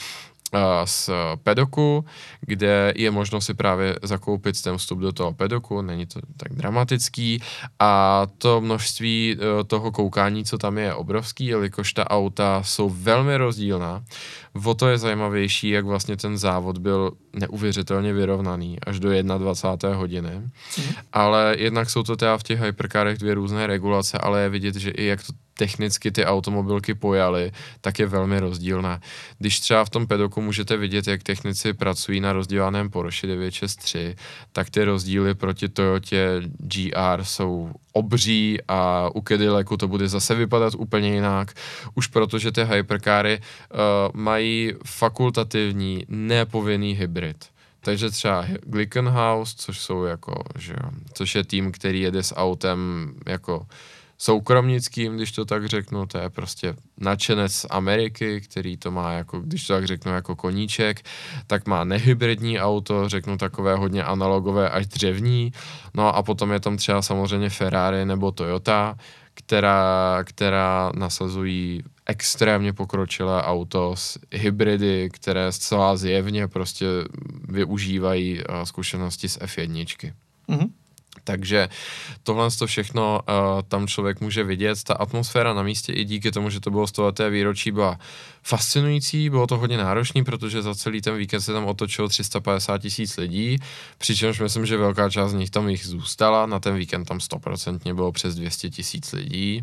z pedoku, kde je možno si právě zakoupit ten vstup do toho pedoku, není to tak dramatický a to množství toho koukání, co tam je, obrovský, jelikož ta auta jsou velmi rozdílná. O to je zajímavější, jak vlastně ten závod byl neuvěřitelně vyrovnaný až do dvacáté jedné hodiny, mm. ale jednak jsou to teda v těch hypercarech dvě různé regulace, ale je vidět, že i jak to technicky ty automobilky pojaly, tak je velmi rozdílná. Když třeba v tom pedoku můžete vidět, jak technici pracují na rozdělaném Porsche devět šest tři, tak ty rozdíly proti Toyotě G R jsou obří a u Cadillacu to bude zase vypadat úplně jinak, už protože ty hypercary uh, mají fakultativní, nepovinný hybrid. Takže třeba Glickenhaus, což jsou jako, že, což je tým, který jede s autem jako soukromnickým, když to tak řeknu, to je prostě nadšenec z Ameriky, který to má jako, když to tak řeknu, jako koníček, tak má nehybridní auto, řeknu takové hodně analogové až dřevní, no a potom je tam třeba samozřejmě Ferrari nebo Toyota, která, která nasazují extrémně pokročilé auto s hybridy, které zcela zjevně prostě využívají zkušenosti z F jedna. Mm-hmm. Takže tohle to všechno uh, tam člověk může vidět. Ta atmosféra na místě i díky tomu, že to bylo stoleté výročí, byla fascinující, bylo to hodně náročný, protože za celý ten víkend se tam otočilo tři sta padesát tisíc lidí, přičemž myslím, že velká část z nich tam jich zůstala, na ten víkend tam stoprocentně bylo přes dvě stě tisíc lidí,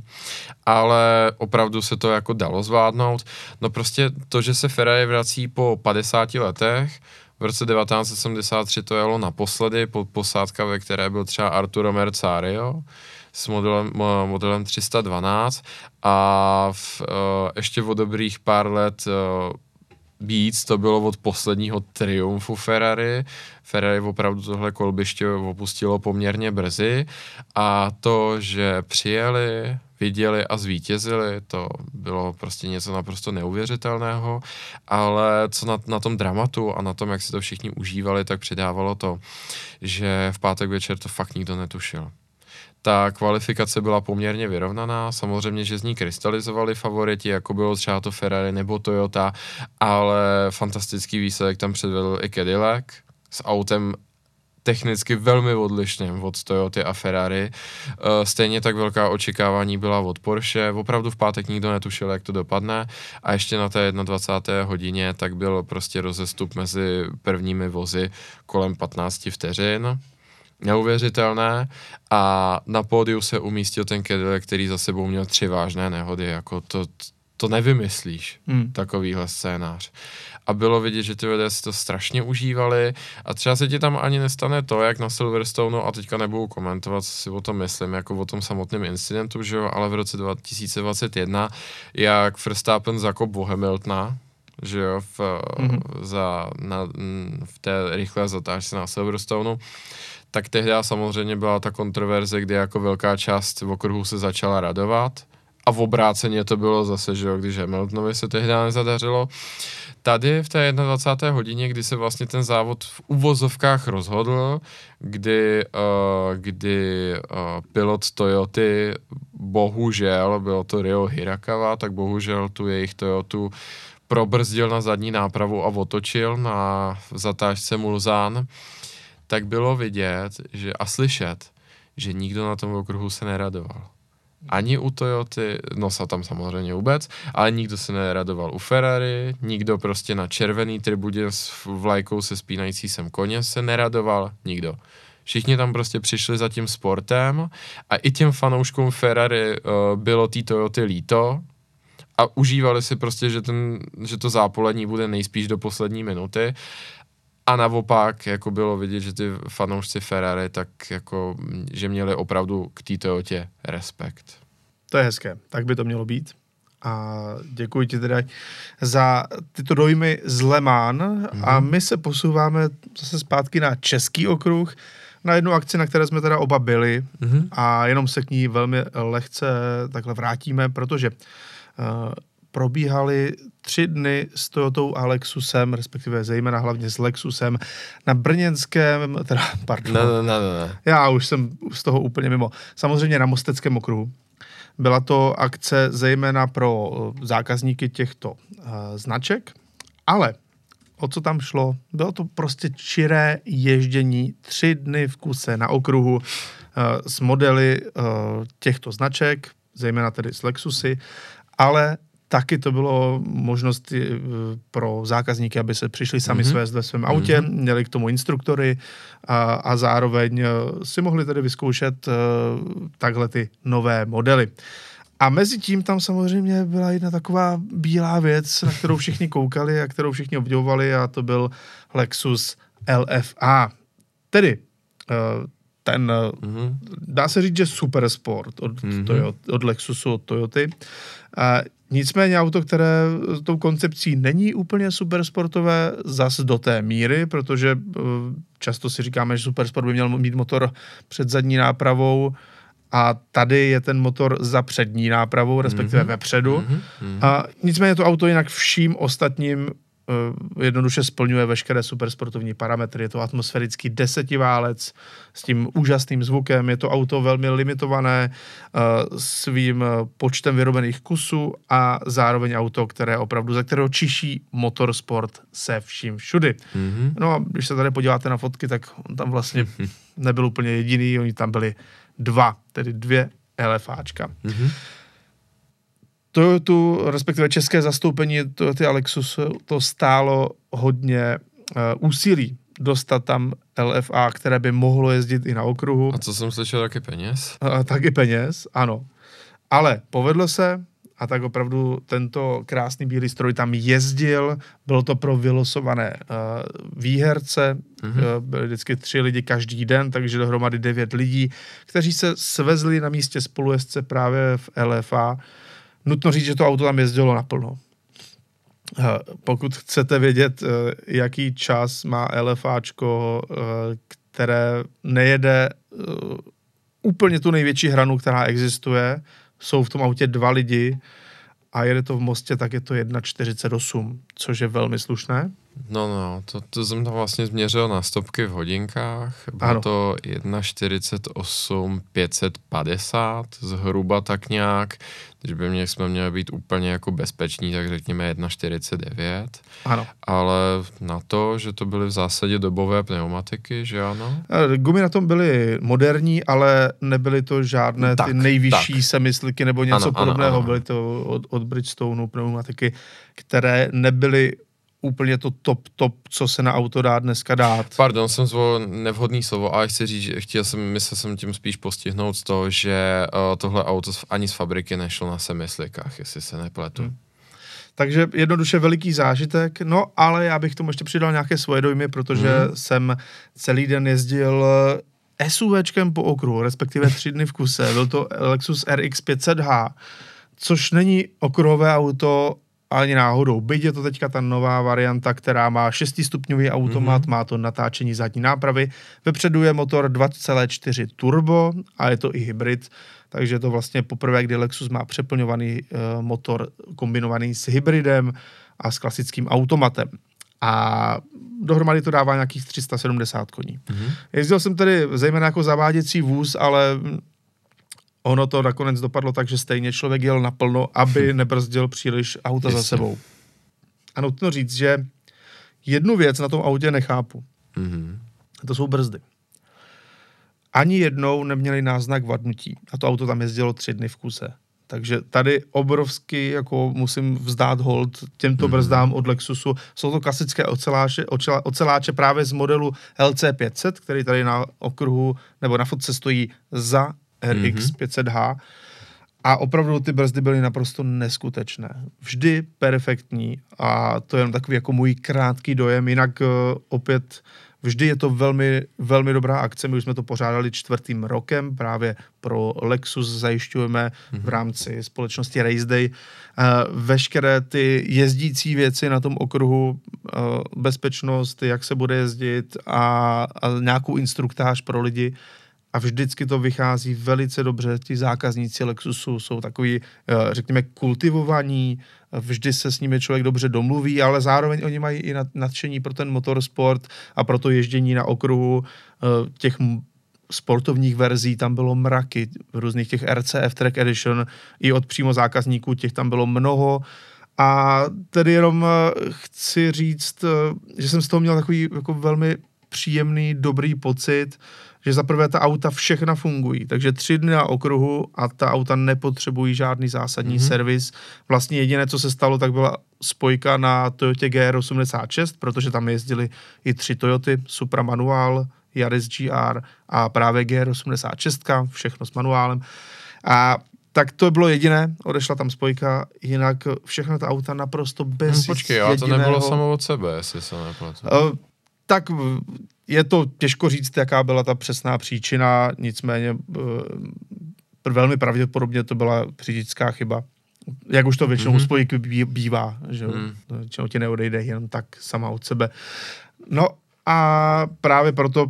ale opravdu se to jako dalo zvládnout. No prostě to, že se Ferrari vrací po padesáti letech, v roce devatenáct set sedmdesát tři to jelo naposledy, pod posádka, ve které byl třeba Arturo Merzario s modelem, modelem tři sta dvanáct a v, uh, ještě o dobrých pár let uh, víc to bylo od posledního triumfu Ferrari. Ferrari opravdu tohle kolbiště opustilo poměrně brzy a to, že přijeli, viděli a zvítězili, to bylo prostě něco naprosto neuvěřitelného, ale co na, na tom dramatu a na tom, jak si to všichni užívali, tak přidávalo to, že v pátek večer to fakt nikdo netušil. Ta kvalifikace byla poměrně vyrovnaná, samozřejmě, že z ní krystalizovali favoriti, jako bylo třeba to Ferrari nebo Toyota, ale fantastický výsledek tam předvedl i Cadillac s autem technicky velmi odlišným od Toyoty a Ferrari. Stejně tak velká očekávání byla od Porsche. Opravdu v pátek nikdo netušil, jak to dopadne. A ještě na té dvacáté jedné hodině tak byl prostě rozestup mezi prvními vozy kolem patnáct vteřin. Neuvěřitelné. A na pódiu se umístil ten Cadillac, který za sebou měl tři vážné nehody. Jako to, to nevymyslíš, hmm. takovýhle scénář. A bylo vidět, že ty lidé si to strašně užívali a třeba se ti tam ani nestane to, jak na Silverstoneu, a teďka nebudu komentovat, co si o tom myslím, jako o tom samotném incidentu, že jo, ale v roce dva tisíce dvacet jedna, jak Verstappen zakop o Hamiltona, že jo, v, mm-hmm. za, na, v té rychlé zatáčce na Silverstoneu, tak tehdy samozřejmě byla ta kontroverze, kdy jako velká část okruhu se začala radovat a v obráceně to bylo zase, že jo, když Hamiltonovi se tehdy nezadařilo. Tady v té dvacáté jedné hodině, kdy se vlastně ten závod v uvozovkách rozhodl, kdy, uh, kdy uh, pilot Toyoty, bohužel, bylo to Ryo Hirakawa, tak bohužel tu jejich Toyotu probrzdil na zadní nápravu a otočil na zatáčce Mulsanne, tak bylo vidět že, a slyšet, že nikdo na tom okruhu se neradoval. Ani u Toyoty, no sa tam samozřejmě vůbec, ale nikdo se neradoval u Ferrari, nikdo prostě na červený tribuně s vlajkou se spínající sem koně se neradoval, nikdo. Všichni tam prostě přišli za tím sportem a i těm fanouškům Ferrari uh, bylo té Toyoty líto a užívali si prostě, že, ten, že to zápolení bude nejspíš do poslední minuty. A naopak, jako bylo vidět, že ty fanoušci Ferrari, tak jako, že měli opravdu k té Toyotě respekt. To je hezké, tak by to mělo být. A děkuji ti teda za tyto dojmy z Le Mans. Mm. A my se posouváme zase zpátky na český okruh, na jednu akci, na které jsme teda oba byli. Mm. A jenom se k ní velmi lehce takhle vrátíme, protože uh, probíhaly tři dny s Toyotou a Lexusem, respektive zejména hlavně s Lexusem, na brněnském, teda, pardon. Ne, ne, ne, ne. Já už jsem z toho úplně mimo. Samozřejmě na Mosteckém okruhu. Byla to akce zejména pro zákazníky těchto uh, značek, ale o co tam šlo? Bylo to prostě čiré ježdění tři dny v kuse na okruhu uh, s modely uh, těchto značek, zejména tedy s Lexusy, ale taky to bylo možnost pro zákazníky, aby se přišli sami mm-hmm. svést ve svém autě, mm-hmm. měli k tomu instruktory a, a zároveň si mohli tedy vyzkoušet uh, takhle ty nové modely. A mezi tím tam samozřejmě byla jedna taková bílá věc, na kterou všichni koukali a kterou všichni obdivovali, a to byl Lexus L F A. Tedy uh, ten, mm-hmm. dá se říct, že super sport od, mm-hmm. Toyota, od Lexusu, od Toyoty. A nicméně auto, které tou koncepcí není úplně supersportové, zas do té míry, protože často si říkáme, že supersport by měl mít motor před zadní nápravou a tady je ten motor za přední nápravou, respektive mm-hmm. vepředu. Mm-hmm. A nicméně to auto jinak vším ostatním Uh, jednoduše splňuje veškeré supersportovní parametry. Je to atmosférický desetiválec s tím úžasným zvukem, je to auto velmi limitované uh, svým uh, počtem vyrobených kusů a zároveň auto, které opravdu, ze kterého čiší motorsport se vším všudy. Mm-hmm. No a když se tady podíváte na fotky, tak on tam vlastně mm-hmm. nebyl úplně jediný, oni tam byli dva, tedy dvě LFáčka. Mm-hmm. Toyotu, respektive české zastoupení Toyoty a Lexus, to stálo hodně uh, úsilí dostat tam L F A, které by mohlo jezdit i na okruhu. A co jsem slyšel, taky peněz? Uh, taky peněz, ano. Ale povedlo se a tak opravdu tento krásný bílý stroj tam jezdil. Bylo to pro vylosované uh, výherce. Mm-hmm. Uh, byli vždycky tři lidi každý den, takže dohromady devět lidí, kteří se svezli na místě spolujezdce právě v L F A. Nutno říct, že to auto tam jezdilo naplno. Pokud chcete vědět, jaký čas má LFáčko, které nejede úplně tu největší hranu, která existuje, jsou v tom autě dva lidi a jede to v Mostě, tak je to jedna čtyřicet osm, což je velmi slušné. No, no, to, to jsem tam vlastně změřil na stopky v hodinkách. Bylo ano. to jedna čtyřicet osm pět set padesát, zhruba tak nějak. Když by mě, jsme měli být úplně jako bezpeční, tak řekněme jedna čtyřicet devět. Ano. Ale na to, že to byly v zásadě dobové pneumatiky, že ano? Gumy na tom byly moderní, ale nebyly to žádné tak, ty nejvyšší tak. semisliky nebo něco ano, podobného. Ano, ano. Byly to od, od Bridgestoneu pneumatiky, které nebyly úplně to top, top, co se na auto dá dneska dát. Pardon, jsem zvolil nevhodný slovo, ale chci říct, že chtěl jsem, myslel jsem tím spíš postihnout z toho, že uh, tohle auto ani z fabriky nešlo na semislikách, jestli se nepletu. Hmm. Takže jednoduše veliký zážitek, no ale já bych tomu ještě přidal nějaké svoje dojmy, protože hmm. jsem celý den jezdil SUVčkem po okruhu, respektive tři dny v kuse. Byl to Lexus R X pět set H, což není okruhové auto ani náhodou. Byť je to teďka ta nová varianta, která má šestistupňový automat, mm-hmm. má to natáčení zadní nápravy. Vepředu je motor dva celé čtyři turbo a je to i hybrid, takže je to vlastně poprvé, kdy Lexus má přeplňovaný uh, motor kombinovaný s hybridem a s klasickým automatem. A dohromady to dává nějakých tři sta sedmdesát koní. Mm-hmm. Jezdil jsem tedy zejména jako zaváděcí vůz, ale ono to nakonec dopadlo tak, že stejně člověk jel naplno, aby nebrzdil příliš auta za sebou. A nutno říct, že jednu věc na tom autě nechápu. Mm-hmm. To jsou brzdy. Ani jednou neměli náznak vadnutí. A to auto tam jezdilo tři dny v kuse. Takže tady obrovsky jako musím vzdát hold těmto mm-hmm. brzdám od Lexusu. Jsou to klasické oceláče, oceláče právě z modelu L C pět set, který tady na okruhu nebo na fotce stojí za R X pět set H a opravdu ty brzdy byly naprosto neskutečné. Vždy perfektní a to je jen takový jako můj krátký dojem, jinak uh, opět vždy je to velmi, velmi dobrá akce. My už jsme to pořádali čtvrtým rokem, právě pro Lexus zajišťujeme mm-hmm. v rámci společnosti Race Day uh, veškeré ty jezdící věci na tom okruhu, uh, bezpečnost, jak se bude jezdit a, a nějakou instruktáž pro lidi. A vždycky to vychází velice dobře. Ti zákazníci Lexusu jsou takový, řekněme, kultivovaní, vždy se s nimi člověk dobře domluví, ale zároveň oni mají i nadšení pro ten motorsport a pro to ježdění na okruhu. Těch sportovních verzí tam bylo mraky, různých těch R C F Track Edition, i od přímo zákazníků, těch tam bylo mnoho. A tedy jenom chci říct, že jsem z toho měl takový jako velmi příjemný, dobrý pocit, že zaprvé ta auta všechna fungují, takže tři dny na okruhu a ta auta nepotřebují žádný zásadní mm-hmm. servis. Vlastně jediné, co se stalo, tak byla spojka na Toyotě G R osmdesát šest, protože tam jezdily i tři Toyoty, Supra manuál, Yaris G R a právě G R osmdesát šest, všechno s manuálem. A tak to bylo jediné, odešla tam spojka, jinak všechna ta auta naprosto bez hmm, počkej, ale to nebylo samo od sebe, jestli se nepletu. Uh, tak je to těžko říct, jaká byla ta přesná příčina, nicméně uh, velmi pravděpodobně to byla řidičská chyba. Jak už to většinou mm-hmm. spojky bývá, že mm. většinou ti neodejde jen tak sama od sebe. No a právě proto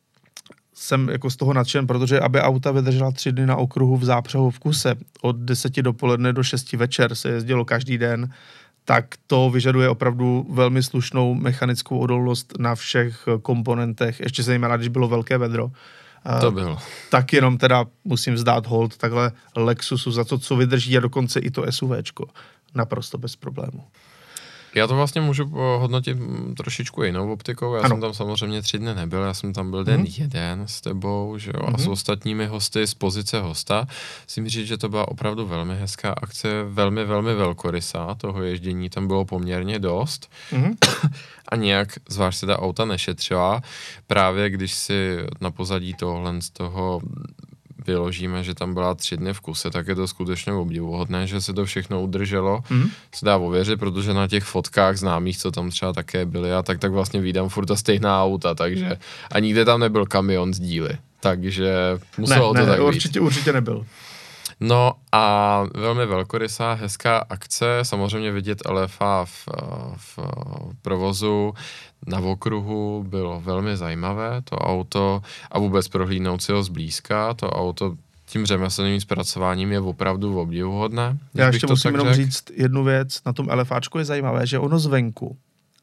jsem jako z toho nadšen, protože aby auta vydržela tři dny na okruhu v zápřehu v kuse, od deseti dopoledne do šesti večer se jezdilo každý den, tak to vyžaduje opravdu velmi slušnou mechanickou odolnost na všech komponentech, ještě zejména, když bylo velké vedro. To bylo. Tak jenom teda musím vzdát hold takhle Lexusu za to, co vydrží a dokonce i to SUVčko. Naprosto bez problému. Já to vlastně můžu hodnotit trošičku jinou optikou. Já ano. jsem tam samozřejmě tři dny nebyl, já jsem tam byl den mm. jeden s tebou, že jo, mm. a s ostatními hosty z pozice hosta. Musím říct, že to byla opravdu velmi hezká akce, velmi, velmi velkorysá, toho ježdění tam bylo poměrně dost. Mm. A nějak, zvlášť se ta auta nešetřila, právě když si na pozadí tohle z toho vyložíme, že tam byla tři dny v kuse, tak je to skutečně obdivuhodné, že se to všechno udrželo. Mm-hmm. Se dá ověřit, protože na těch fotkách známých, co tam třeba také byly, a tak tak vlastně vídám furt ta stejná auta, takže a nikde tam nebyl kamion z díly, takže muselo ne, to ne, tak určitě, být. Určitě nebyl. No a velmi velkorysá, hezká akce, samozřejmě vidět L F A v, v provozu na okruhu bylo velmi zajímavé, to auto, a vůbec prohlídnout si ho zblízka, to auto tím řemeslným zpracováním je opravdu obdivuhodné. Já ještě musím jenom řek. říct jednu věc, na tom LFAčku je zajímavé, že ono zvenku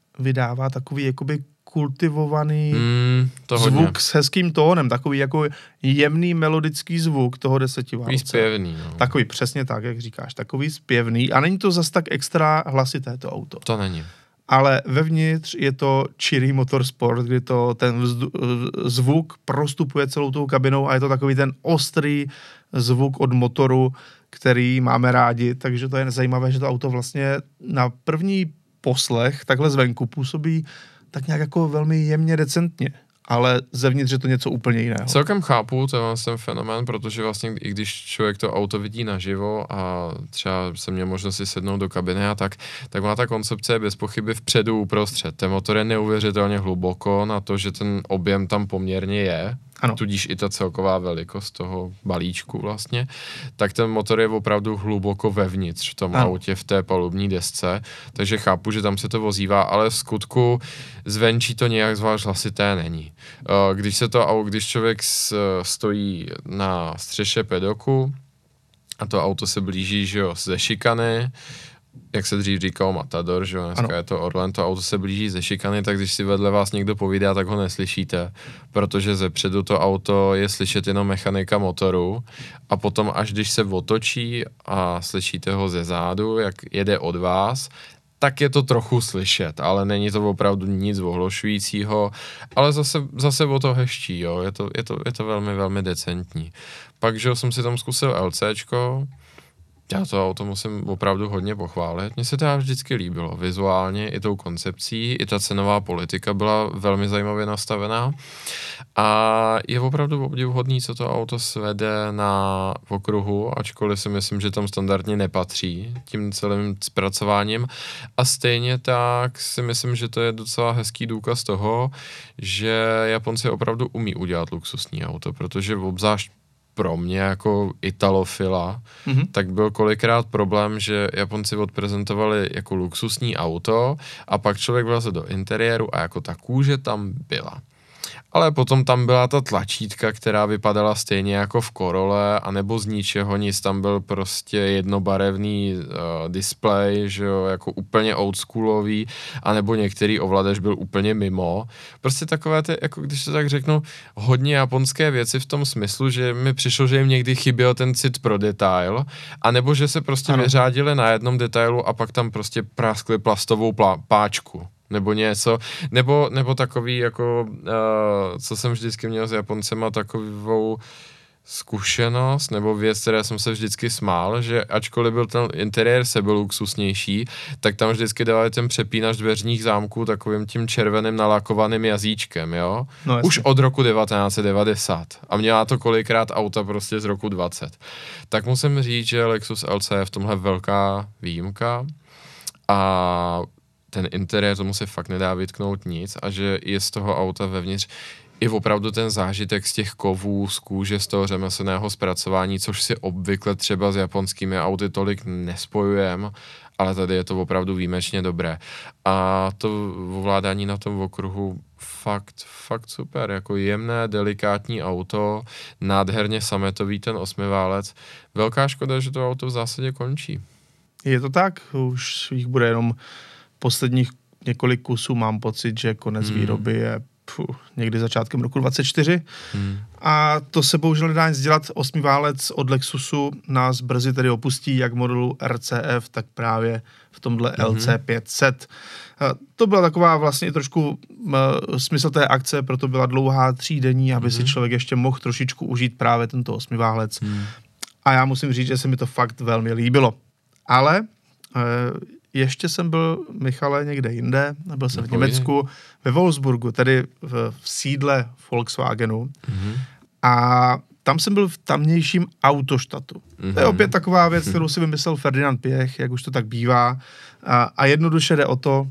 vydává takový jakoby kultivovaný mm, to zvuk hodně. s hezkým tónem, takový jako jemný melodický zvuk toho desetiválce. Takový zpěvný, no. Takový přesně tak, jak říkáš, takový zpěvný a není to zas tak extra hlasité to auto. To není. Ale vevnitř je to Chery Motorsport, kdy to ten vzdu, zvuk prostupuje celou tou kabinou a je to takový ten ostrý zvuk od motoru, který máme rádi, takže to je zajímavé, že to auto vlastně na první poslech takhle zvenku působí tak nějak jako velmi jemně decentně, ale zevnitř je to něco úplně jiného. Celkem chápu ten, ten fenomén, protože vlastně i když člověk to auto vidí naživo a třeba se měl možnost si sednout do kabiny a tak, tak má ta koncepce je bez pochyby vpředu uprostřed. Ten motor je neuvěřitelně hluboko na to, že ten objem tam poměrně je, ano. Tudíž i ta celková velikost toho balíčku vlastně, tak ten motor je opravdu hluboko vevnitř v tom ano. autě, v té palubní desce, takže chápu, že tam se to vozívá, ale v skutku zvenčí to nějak zvlášť hlasité není. Když se to, když člověk stojí na střeše pedoku a to auto se blíží, že jo, ze šikany, jak se dřív říkal Matador, že jo, dneska ano. je to Orlen, to auto se blíží ze šikany, tak když si vedle vás někdo povídá, tak ho neslyšíte, protože zepředu to auto je slyšet jenom mechanika motoru a potom až když se otočí a slyšíte ho ze zádu, jak jede od vás, tak je to trochu slyšet, ale není to opravdu nic ohlošujícího, ale zase, zase o to heští, jo, je to, je to, je to velmi, velmi decentní. Pak, že jsem si tam zkusil LCčko, já to auto musím opravdu hodně pochválit. Mně se to vždycky líbilo. Vizuálně i tou koncepcí, i ta cenová politika byla velmi zajímavě nastavená. A je opravdu obdivuhodný, co to auto svede na okruhu, ačkoliv si myslím, že tam standardně nepatří tím celým zpracováním. A stejně tak si myslím, že to je docela hezký důkaz toho, že Japonci opravdu umí udělat luxusní auto, protože obzvlášť pro mě jako italofila, mm-hmm. tak byl kolikrát problém, že Japonci odprezentovali jako luxusní auto a pak člověk vlezl do interiéru a jako ta kůže tam byla. Ale potom tam byla ta tlačítka, která vypadala stejně jako v Corole, anebo z ničeho nic, tam byl prostě jednobarevný uh, displej, že jo, jako úplně oldschoolový, anebo některý ovladač byl úplně mimo. Prostě takové ty, jako když to tak řeknu, hodně japonské věci v tom smyslu, že mi přišlo, že jim někdy chyběl ten cit pro detail, anebo že se prostě ano. vyřádili na jednom detailu a pak tam prostě praskli plastovou plá- páčku. Nebo něco, nebo, nebo takový jako, uh, co jsem vždycky měl s Japoncema, takovou zkušenost, nebo věc, které jsem se vždycky smál, že ačkoliv byl ten interiér sebeluxusnější, tak tam vždycky dávali ten přepínač dveřních zámků takovým tím červeným nalakovaným jazyčkem, jo? No, už od roku devatenáct set devadesát. A měla to kolikrát auta prostě z roku dvacet. Tak musím říct, že Lexus L C je v tomhle velká výjimka a ten interiér, tomu se fakt nedá vytknout nic a že je z toho auta vevnitř i opravdu ten zážitek z těch kovů, z kůže, z toho řemeslného zpracování, což si obvykle třeba s japonskými auty tolik nespojujeme, ale tady je to opravdu výjimečně dobré. A to ovládání na tom okruhu fakt, fakt super, jako jemné, delikátní auto, nádherně sametový ten osmiválec. Velká škoda, že to auto v zásadě končí. Je to tak, už jich bude jenom posledních několik kusů, mám pocit, že konec hmm. výroby je pfu, někdy začátkem roku dvacet čtyři. Hmm. A to se bohužel nedá nic dělat. Osmiválec od Lexusu nás brzy tedy opustí, jak modelu R C F, tak právě v tomhle hmm. L C pět set. To byla taková vlastně trošku uh, smysl té akce, proto byla dlouhá třídenní, aby hmm. si člověk ještě mohl trošičku užít právě tento osmiválec. Hmm. A já musím říct, že se mi to fakt velmi líbilo. Ale uh, ještě jsem byl, Michale, někde jinde, byl jsem v Německu, ve Wolfsburgu, tedy v, v sídle Volkswagenu. Mm-hmm. A tam jsem byl v tamnějším autoštatu. Mm-hmm. To je opět taková věc, kterou si vymyslel Ferdinand Piech, jak už to tak bývá. A, a jednoduše jde o to,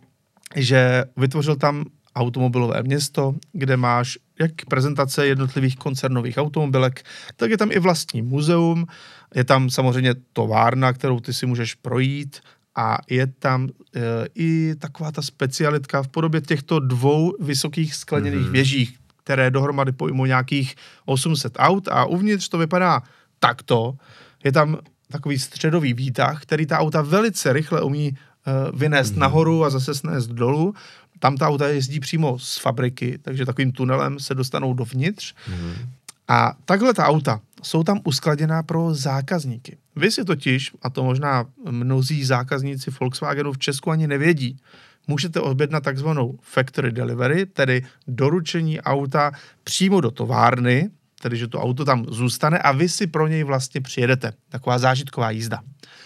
že vytvořil tam automobilové město, kde máš jak prezentace jednotlivých koncernových automobilek, tak je tam i vlastní muzeum, je tam samozřejmě továrna, kterou ty si můžeš projít, a je tam e, i taková ta specialitka v podobě těchto dvou vysokých skleněných mm-hmm. věží, které dohromady pojmou nějakých osm set aut a uvnitř to vypadá takto. Je tam takový středový výtah, který ta auta velice rychle umí vynést mm-hmm. nahoru a zase snést dolů. Tam ta auta jezdí přímo z fabriky, takže takovým tunelem se dostanou dovnitř. Mm-hmm. A takhle ta auta jsou tam uskladěná pro zákazníky. Vy si totiž, a to možná mnozí zákazníci Volkswagenu v Česku ani nevědí, můžete objednat takzvanou factory delivery, tedy doručení auta přímo do továrny, tedy že to auto tam zůstane a vy si pro něj vlastně přijedete. Taková zážitková jízda.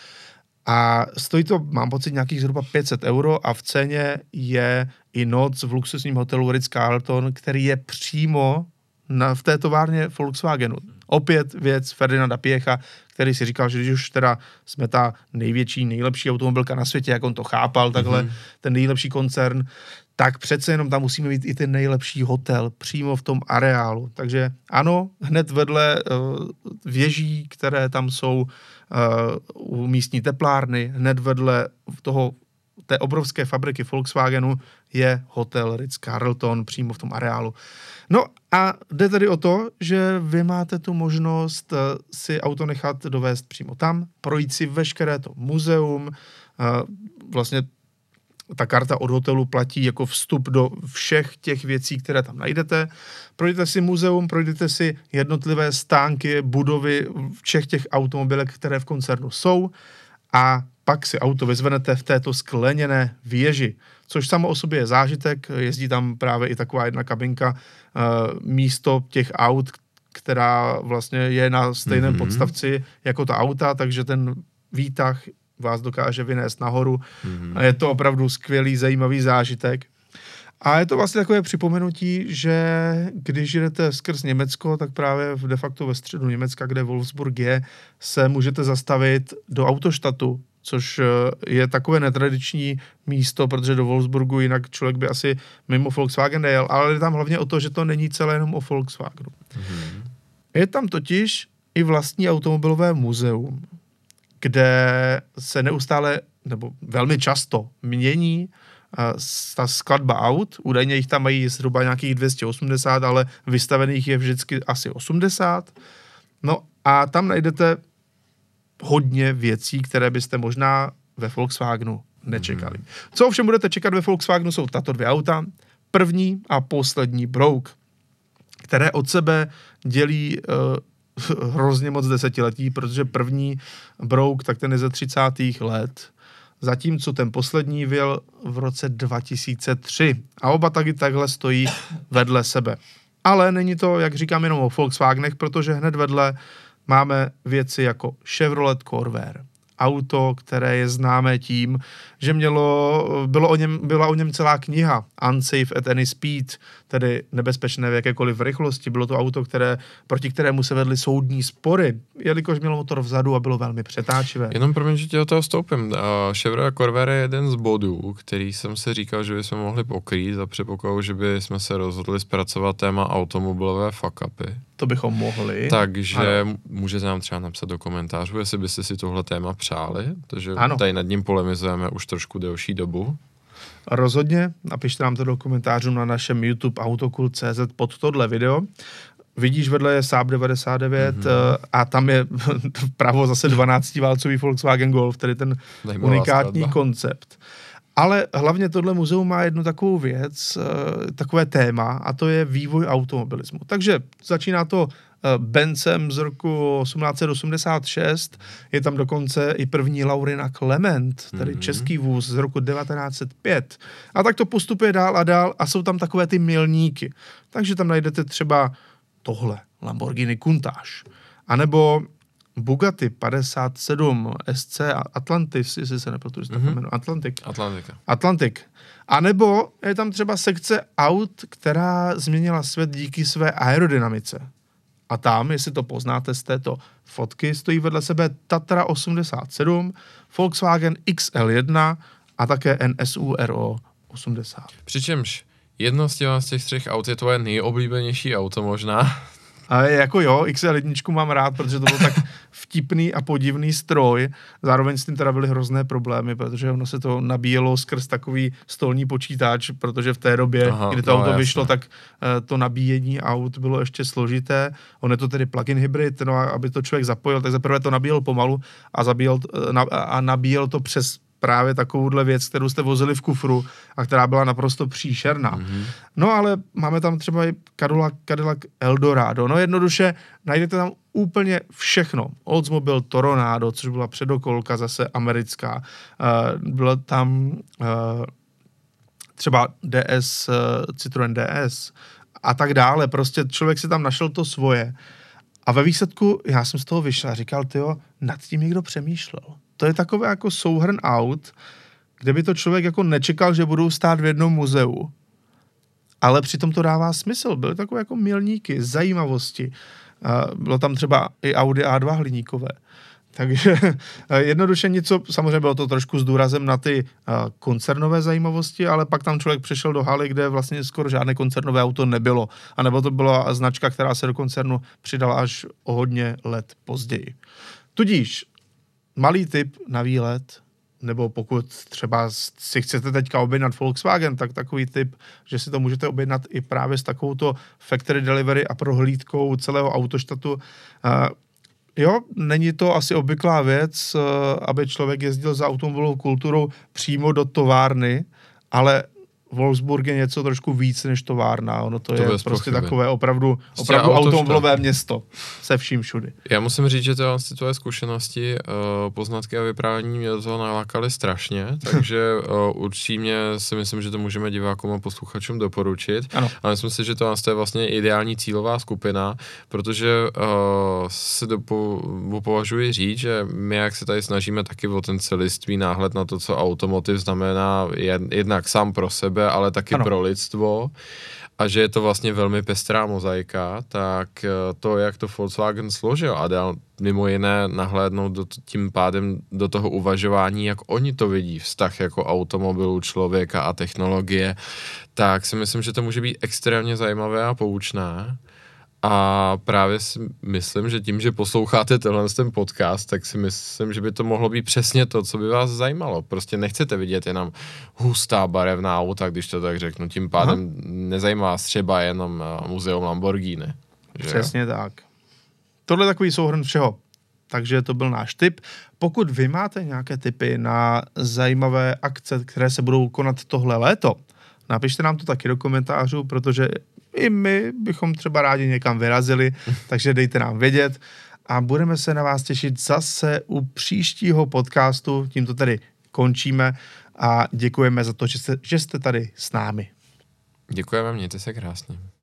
A stojí to, mám pocit, nějakých zhruba pět set euro a v ceně je i noc v luxusním hotelu Ritz-Carlton, který je přímo na, v té továrně Volkswagenu. Opět věc Ferdinanda Piecha, který si říkal, že když už teda jsme ta největší, nejlepší automobilka na světě, jak on to chápal, takhle mm-hmm. ten nejlepší koncern, tak přece jenom tam musíme mít i ten nejlepší hotel přímo v tom areálu. Takže ano, hned vedle uh, věží, které tam jsou uh, u místní teplárny, hned vedle toho té obrovské fabriky Volkswagenu je hotel Ritz-Carlton přímo v tom areálu. No a jde tedy o to, že vy máte tu možnost uh, si auto nechat dovést přímo tam, projít si veškeré to muzeum, uh, vlastně ta karta od hotelu platí jako vstup do všech těch věcí, které tam najdete. Projdete si muzeum, projdete si jednotlivé stánky, budovy všech těch automobilek, které v koncernu jsou a pak si auto vyzvednete v této skleněné věži, což samo o sobě je zážitek. Jezdí tam právě i taková jedna kabinka místo těch aut, která vlastně je na stejném mm-hmm. podstavci jako ta auta, takže ten výtah vás dokáže vynést nahoru. Mm-hmm. A je to opravdu skvělý, zajímavý zážitek. A je to vlastně takové připomenutí, že když jdete skrz Německo, tak právě de facto ve středu Německa, kde Wolfsburg je, se můžete zastavit do Autoštatu, což je takové netradiční místo, protože do Wolfsburgu jinak člověk by asi mimo Volkswagen nejel, ale je tam hlavně o to, že to není celé jenom o Volkswagenu. Mm-hmm. Je tam totiž i vlastní automobilové muzeum, kde se neustále, nebo velmi často mění uh, ta skladba aut. Údajně jich tam mají zhruba nějakých dvě stě osmdesát, ale vystavených je vždycky asi osmdesát. No a tam najdete hodně věcí, které byste možná ve Volkswagenu nečekali. Co ovšem budete čekat ve Volkswagenu jsou tato dvě auta. První a poslední Brouk, které od sebe dělí uh, hrozně moc desetiletí, protože první Brouk, tak ten je ze třicátých let, zatímco ten poslední vyjel v roce dva tisíce tři. A oba taky takhle stojí vedle sebe. Ale není to, jak říkám, jenom o Volkswagenech, protože hned vedle máme věci jako Chevrolet Corvair. Auto, které je známé tím, že mělo, bylo o něm, byla o něm celá kniha Unsafe at any speed, tedy nebezpečné v jakékoliv rychlosti. Bylo to auto, které, proti kterému se vedly soudní spory, jelikož mělo motor vzadu a bylo velmi přetáčivé. Jenom promiň, že tě o toho vstoupím. Uh, Chevrolet Corvair je jeden z bodů, který jsem si říkal, že bychom mohli pokrýt za předpokladu, že bychom se rozhodli zpracovat téma automobilové fuck-upy. To bychom mohli. Takže ano. Můžete nám třeba napsat do komentářů, jestli byste si tohle téma přáli, protože ano. Tady nad ním polemizujeme už trošku delší dobu. Rozhodně, napište nám to do komentářů na našem YouTube autokult tečka cé zet pod tohle video. Vidíš, vedle je Saab devadesát devět mm-hmm. a tam je vpravo zase dvanáctiválcový Volkswagen Golf, tedy ten Zajímavá unikátní skladba. Koncept. Ale hlavně tohle muzeum má jednu takovou věc, takové téma, a to je vývoj automobilismu. Takže začíná to Benzem z roku osmnáct set osmdesát šest, je tam dokonce i první Laurina Clement, tedy mm-hmm. český vůz z roku devatenáct set pět. A tak to postupuje dál a dál a jsou tam takové ty milníky. Takže tam najdete třeba tohle, Lamborghini Countach, anebo Bugatti padesát sedm S C Atlantis, jestli se nepletu, že mm-hmm. jmenuje Atlantic. Atlantika. Atlantic. A nebo je tam třeba sekce aut, která změnila svět díky své aerodynamice. A tam, jestli to poznáte z této fotky, stojí vedle sebe Tatra osmdesát sedm, Volkswagen X L jedna a také N S U R O osmdesát. Přičemž jedno z těch, z těch třech aut je tvoje nejoblíbenější auto možná. A jako jo, X L jedna mám rád, protože to byl tak vtipný a podivný stroj. Zároveň s tím teda byly hrozné problémy, protože ono se to nabíjelo skrz takový stolní počítač, protože v té době, Aha, kdy to no, auto jasne. vyšlo, tak uh, to nabíjení aut bylo ještě složité. On je to tedy plug-in hybrid, no a aby to člověk zapojil, tak zaprvé to nabíjel pomalu a, zabíjel, uh, na, a nabíjel to přes právě takovouhle věc, kterou jste vozili v kufru a která byla naprosto příšerná. Mm-hmm. No ale máme tam třeba i Cadillac, Cadillac Eldorado. No jednoduše najdete tam úplně všechno. Oldsmobile Toronado, což byla předokolka zase americká. Uh, bylo tam uh, třeba D S, uh, Citroën D S a tak dále. Prostě člověk si tam našel to svoje. A ve výsledku já jsem z toho vyšel a říkal, tyjo, nad tím někdo přemýšlel. To je takové jako souhrn aut, kde by to člověk jako nečekal, že budou stát v jednom muzeu. Ale přitom to dává smysl. Byly takové jako milníky, zajímavosti. Bylo tam třeba i Audi A dva hliníkové. Takže jednoduše něco, samozřejmě bylo to trošku s důrazem na ty koncernové zajímavosti, ale pak tam člověk přišel do haly, kde vlastně skoro žádné koncernové auto nebylo. A nebo to byla značka, která se do koncernu přidala až o hodně let později. Tudíž malý tip na výlet, nebo pokud třeba si chcete teďka objednat Volkswagen, tak takový tip, že si to můžete objednat i právě s takovouto factory delivery a prohlídkou celého autoštatu. Jo, není to asi obvyklá věc, aby člověk jezdil za automobilovou kulturou přímo do továrny, ale Wolfsburg je něco trošku víc než továrna. Ono to, to je prostě pochyby. Takové opravdu, opravdu automobilové město se vším všudy. Já musím říct, že to z tvoje zkušenosti, uh, poznatky a vyprávění mě do toho nalákaly strašně, takže uh, určitě si myslím, že to můžeme divákům a posluchačům doporučit. Ano. A myslím si, že to je vlastně ideální cílová skupina, protože uh, si dopo, považuji říct, že my, jak se tady snažíme taky o ten celistvý náhled na to, co automotiv znamená jednak sám pro sebe, ale taky ano. pro lidstvo a že je to vlastně velmi pestrá mozaika, tak to, jak to Volkswagen složil a dal mimo jiné nahlédnout do, tím pádem do toho uvažování, jak oni to vidí, vztah jako automobilu, člověka a technologie, tak si myslím, že to může být extrémně zajímavé a poučné. A právě si myslím, že tím, že posloucháte tenhle ten podcast, tak si myslím, že by to mohlo být přesně to, co by vás zajímalo. Prostě nechcete vidět jenom hustá barevná auta, když to tak řeknu. Tím pádem Aha. nezajímá vás třeba jenom muzeum Lamborghini. Že přesně jo? tak. Tohle je takový souhrn všeho. Takže to byl náš tip. Pokud vy máte nějaké tipy na zajímavé akce, které se budou konat tohle léto, napište nám to taky do komentářů, protože i my bychom třeba rádi někam vyrazili, takže dejte nám vědět a budeme se na vás těšit zase u příštího podcastu. Tímto tedy končíme a děkujeme za to, že jste, že jste tady s námi. Děkujeme, mějte se krásně.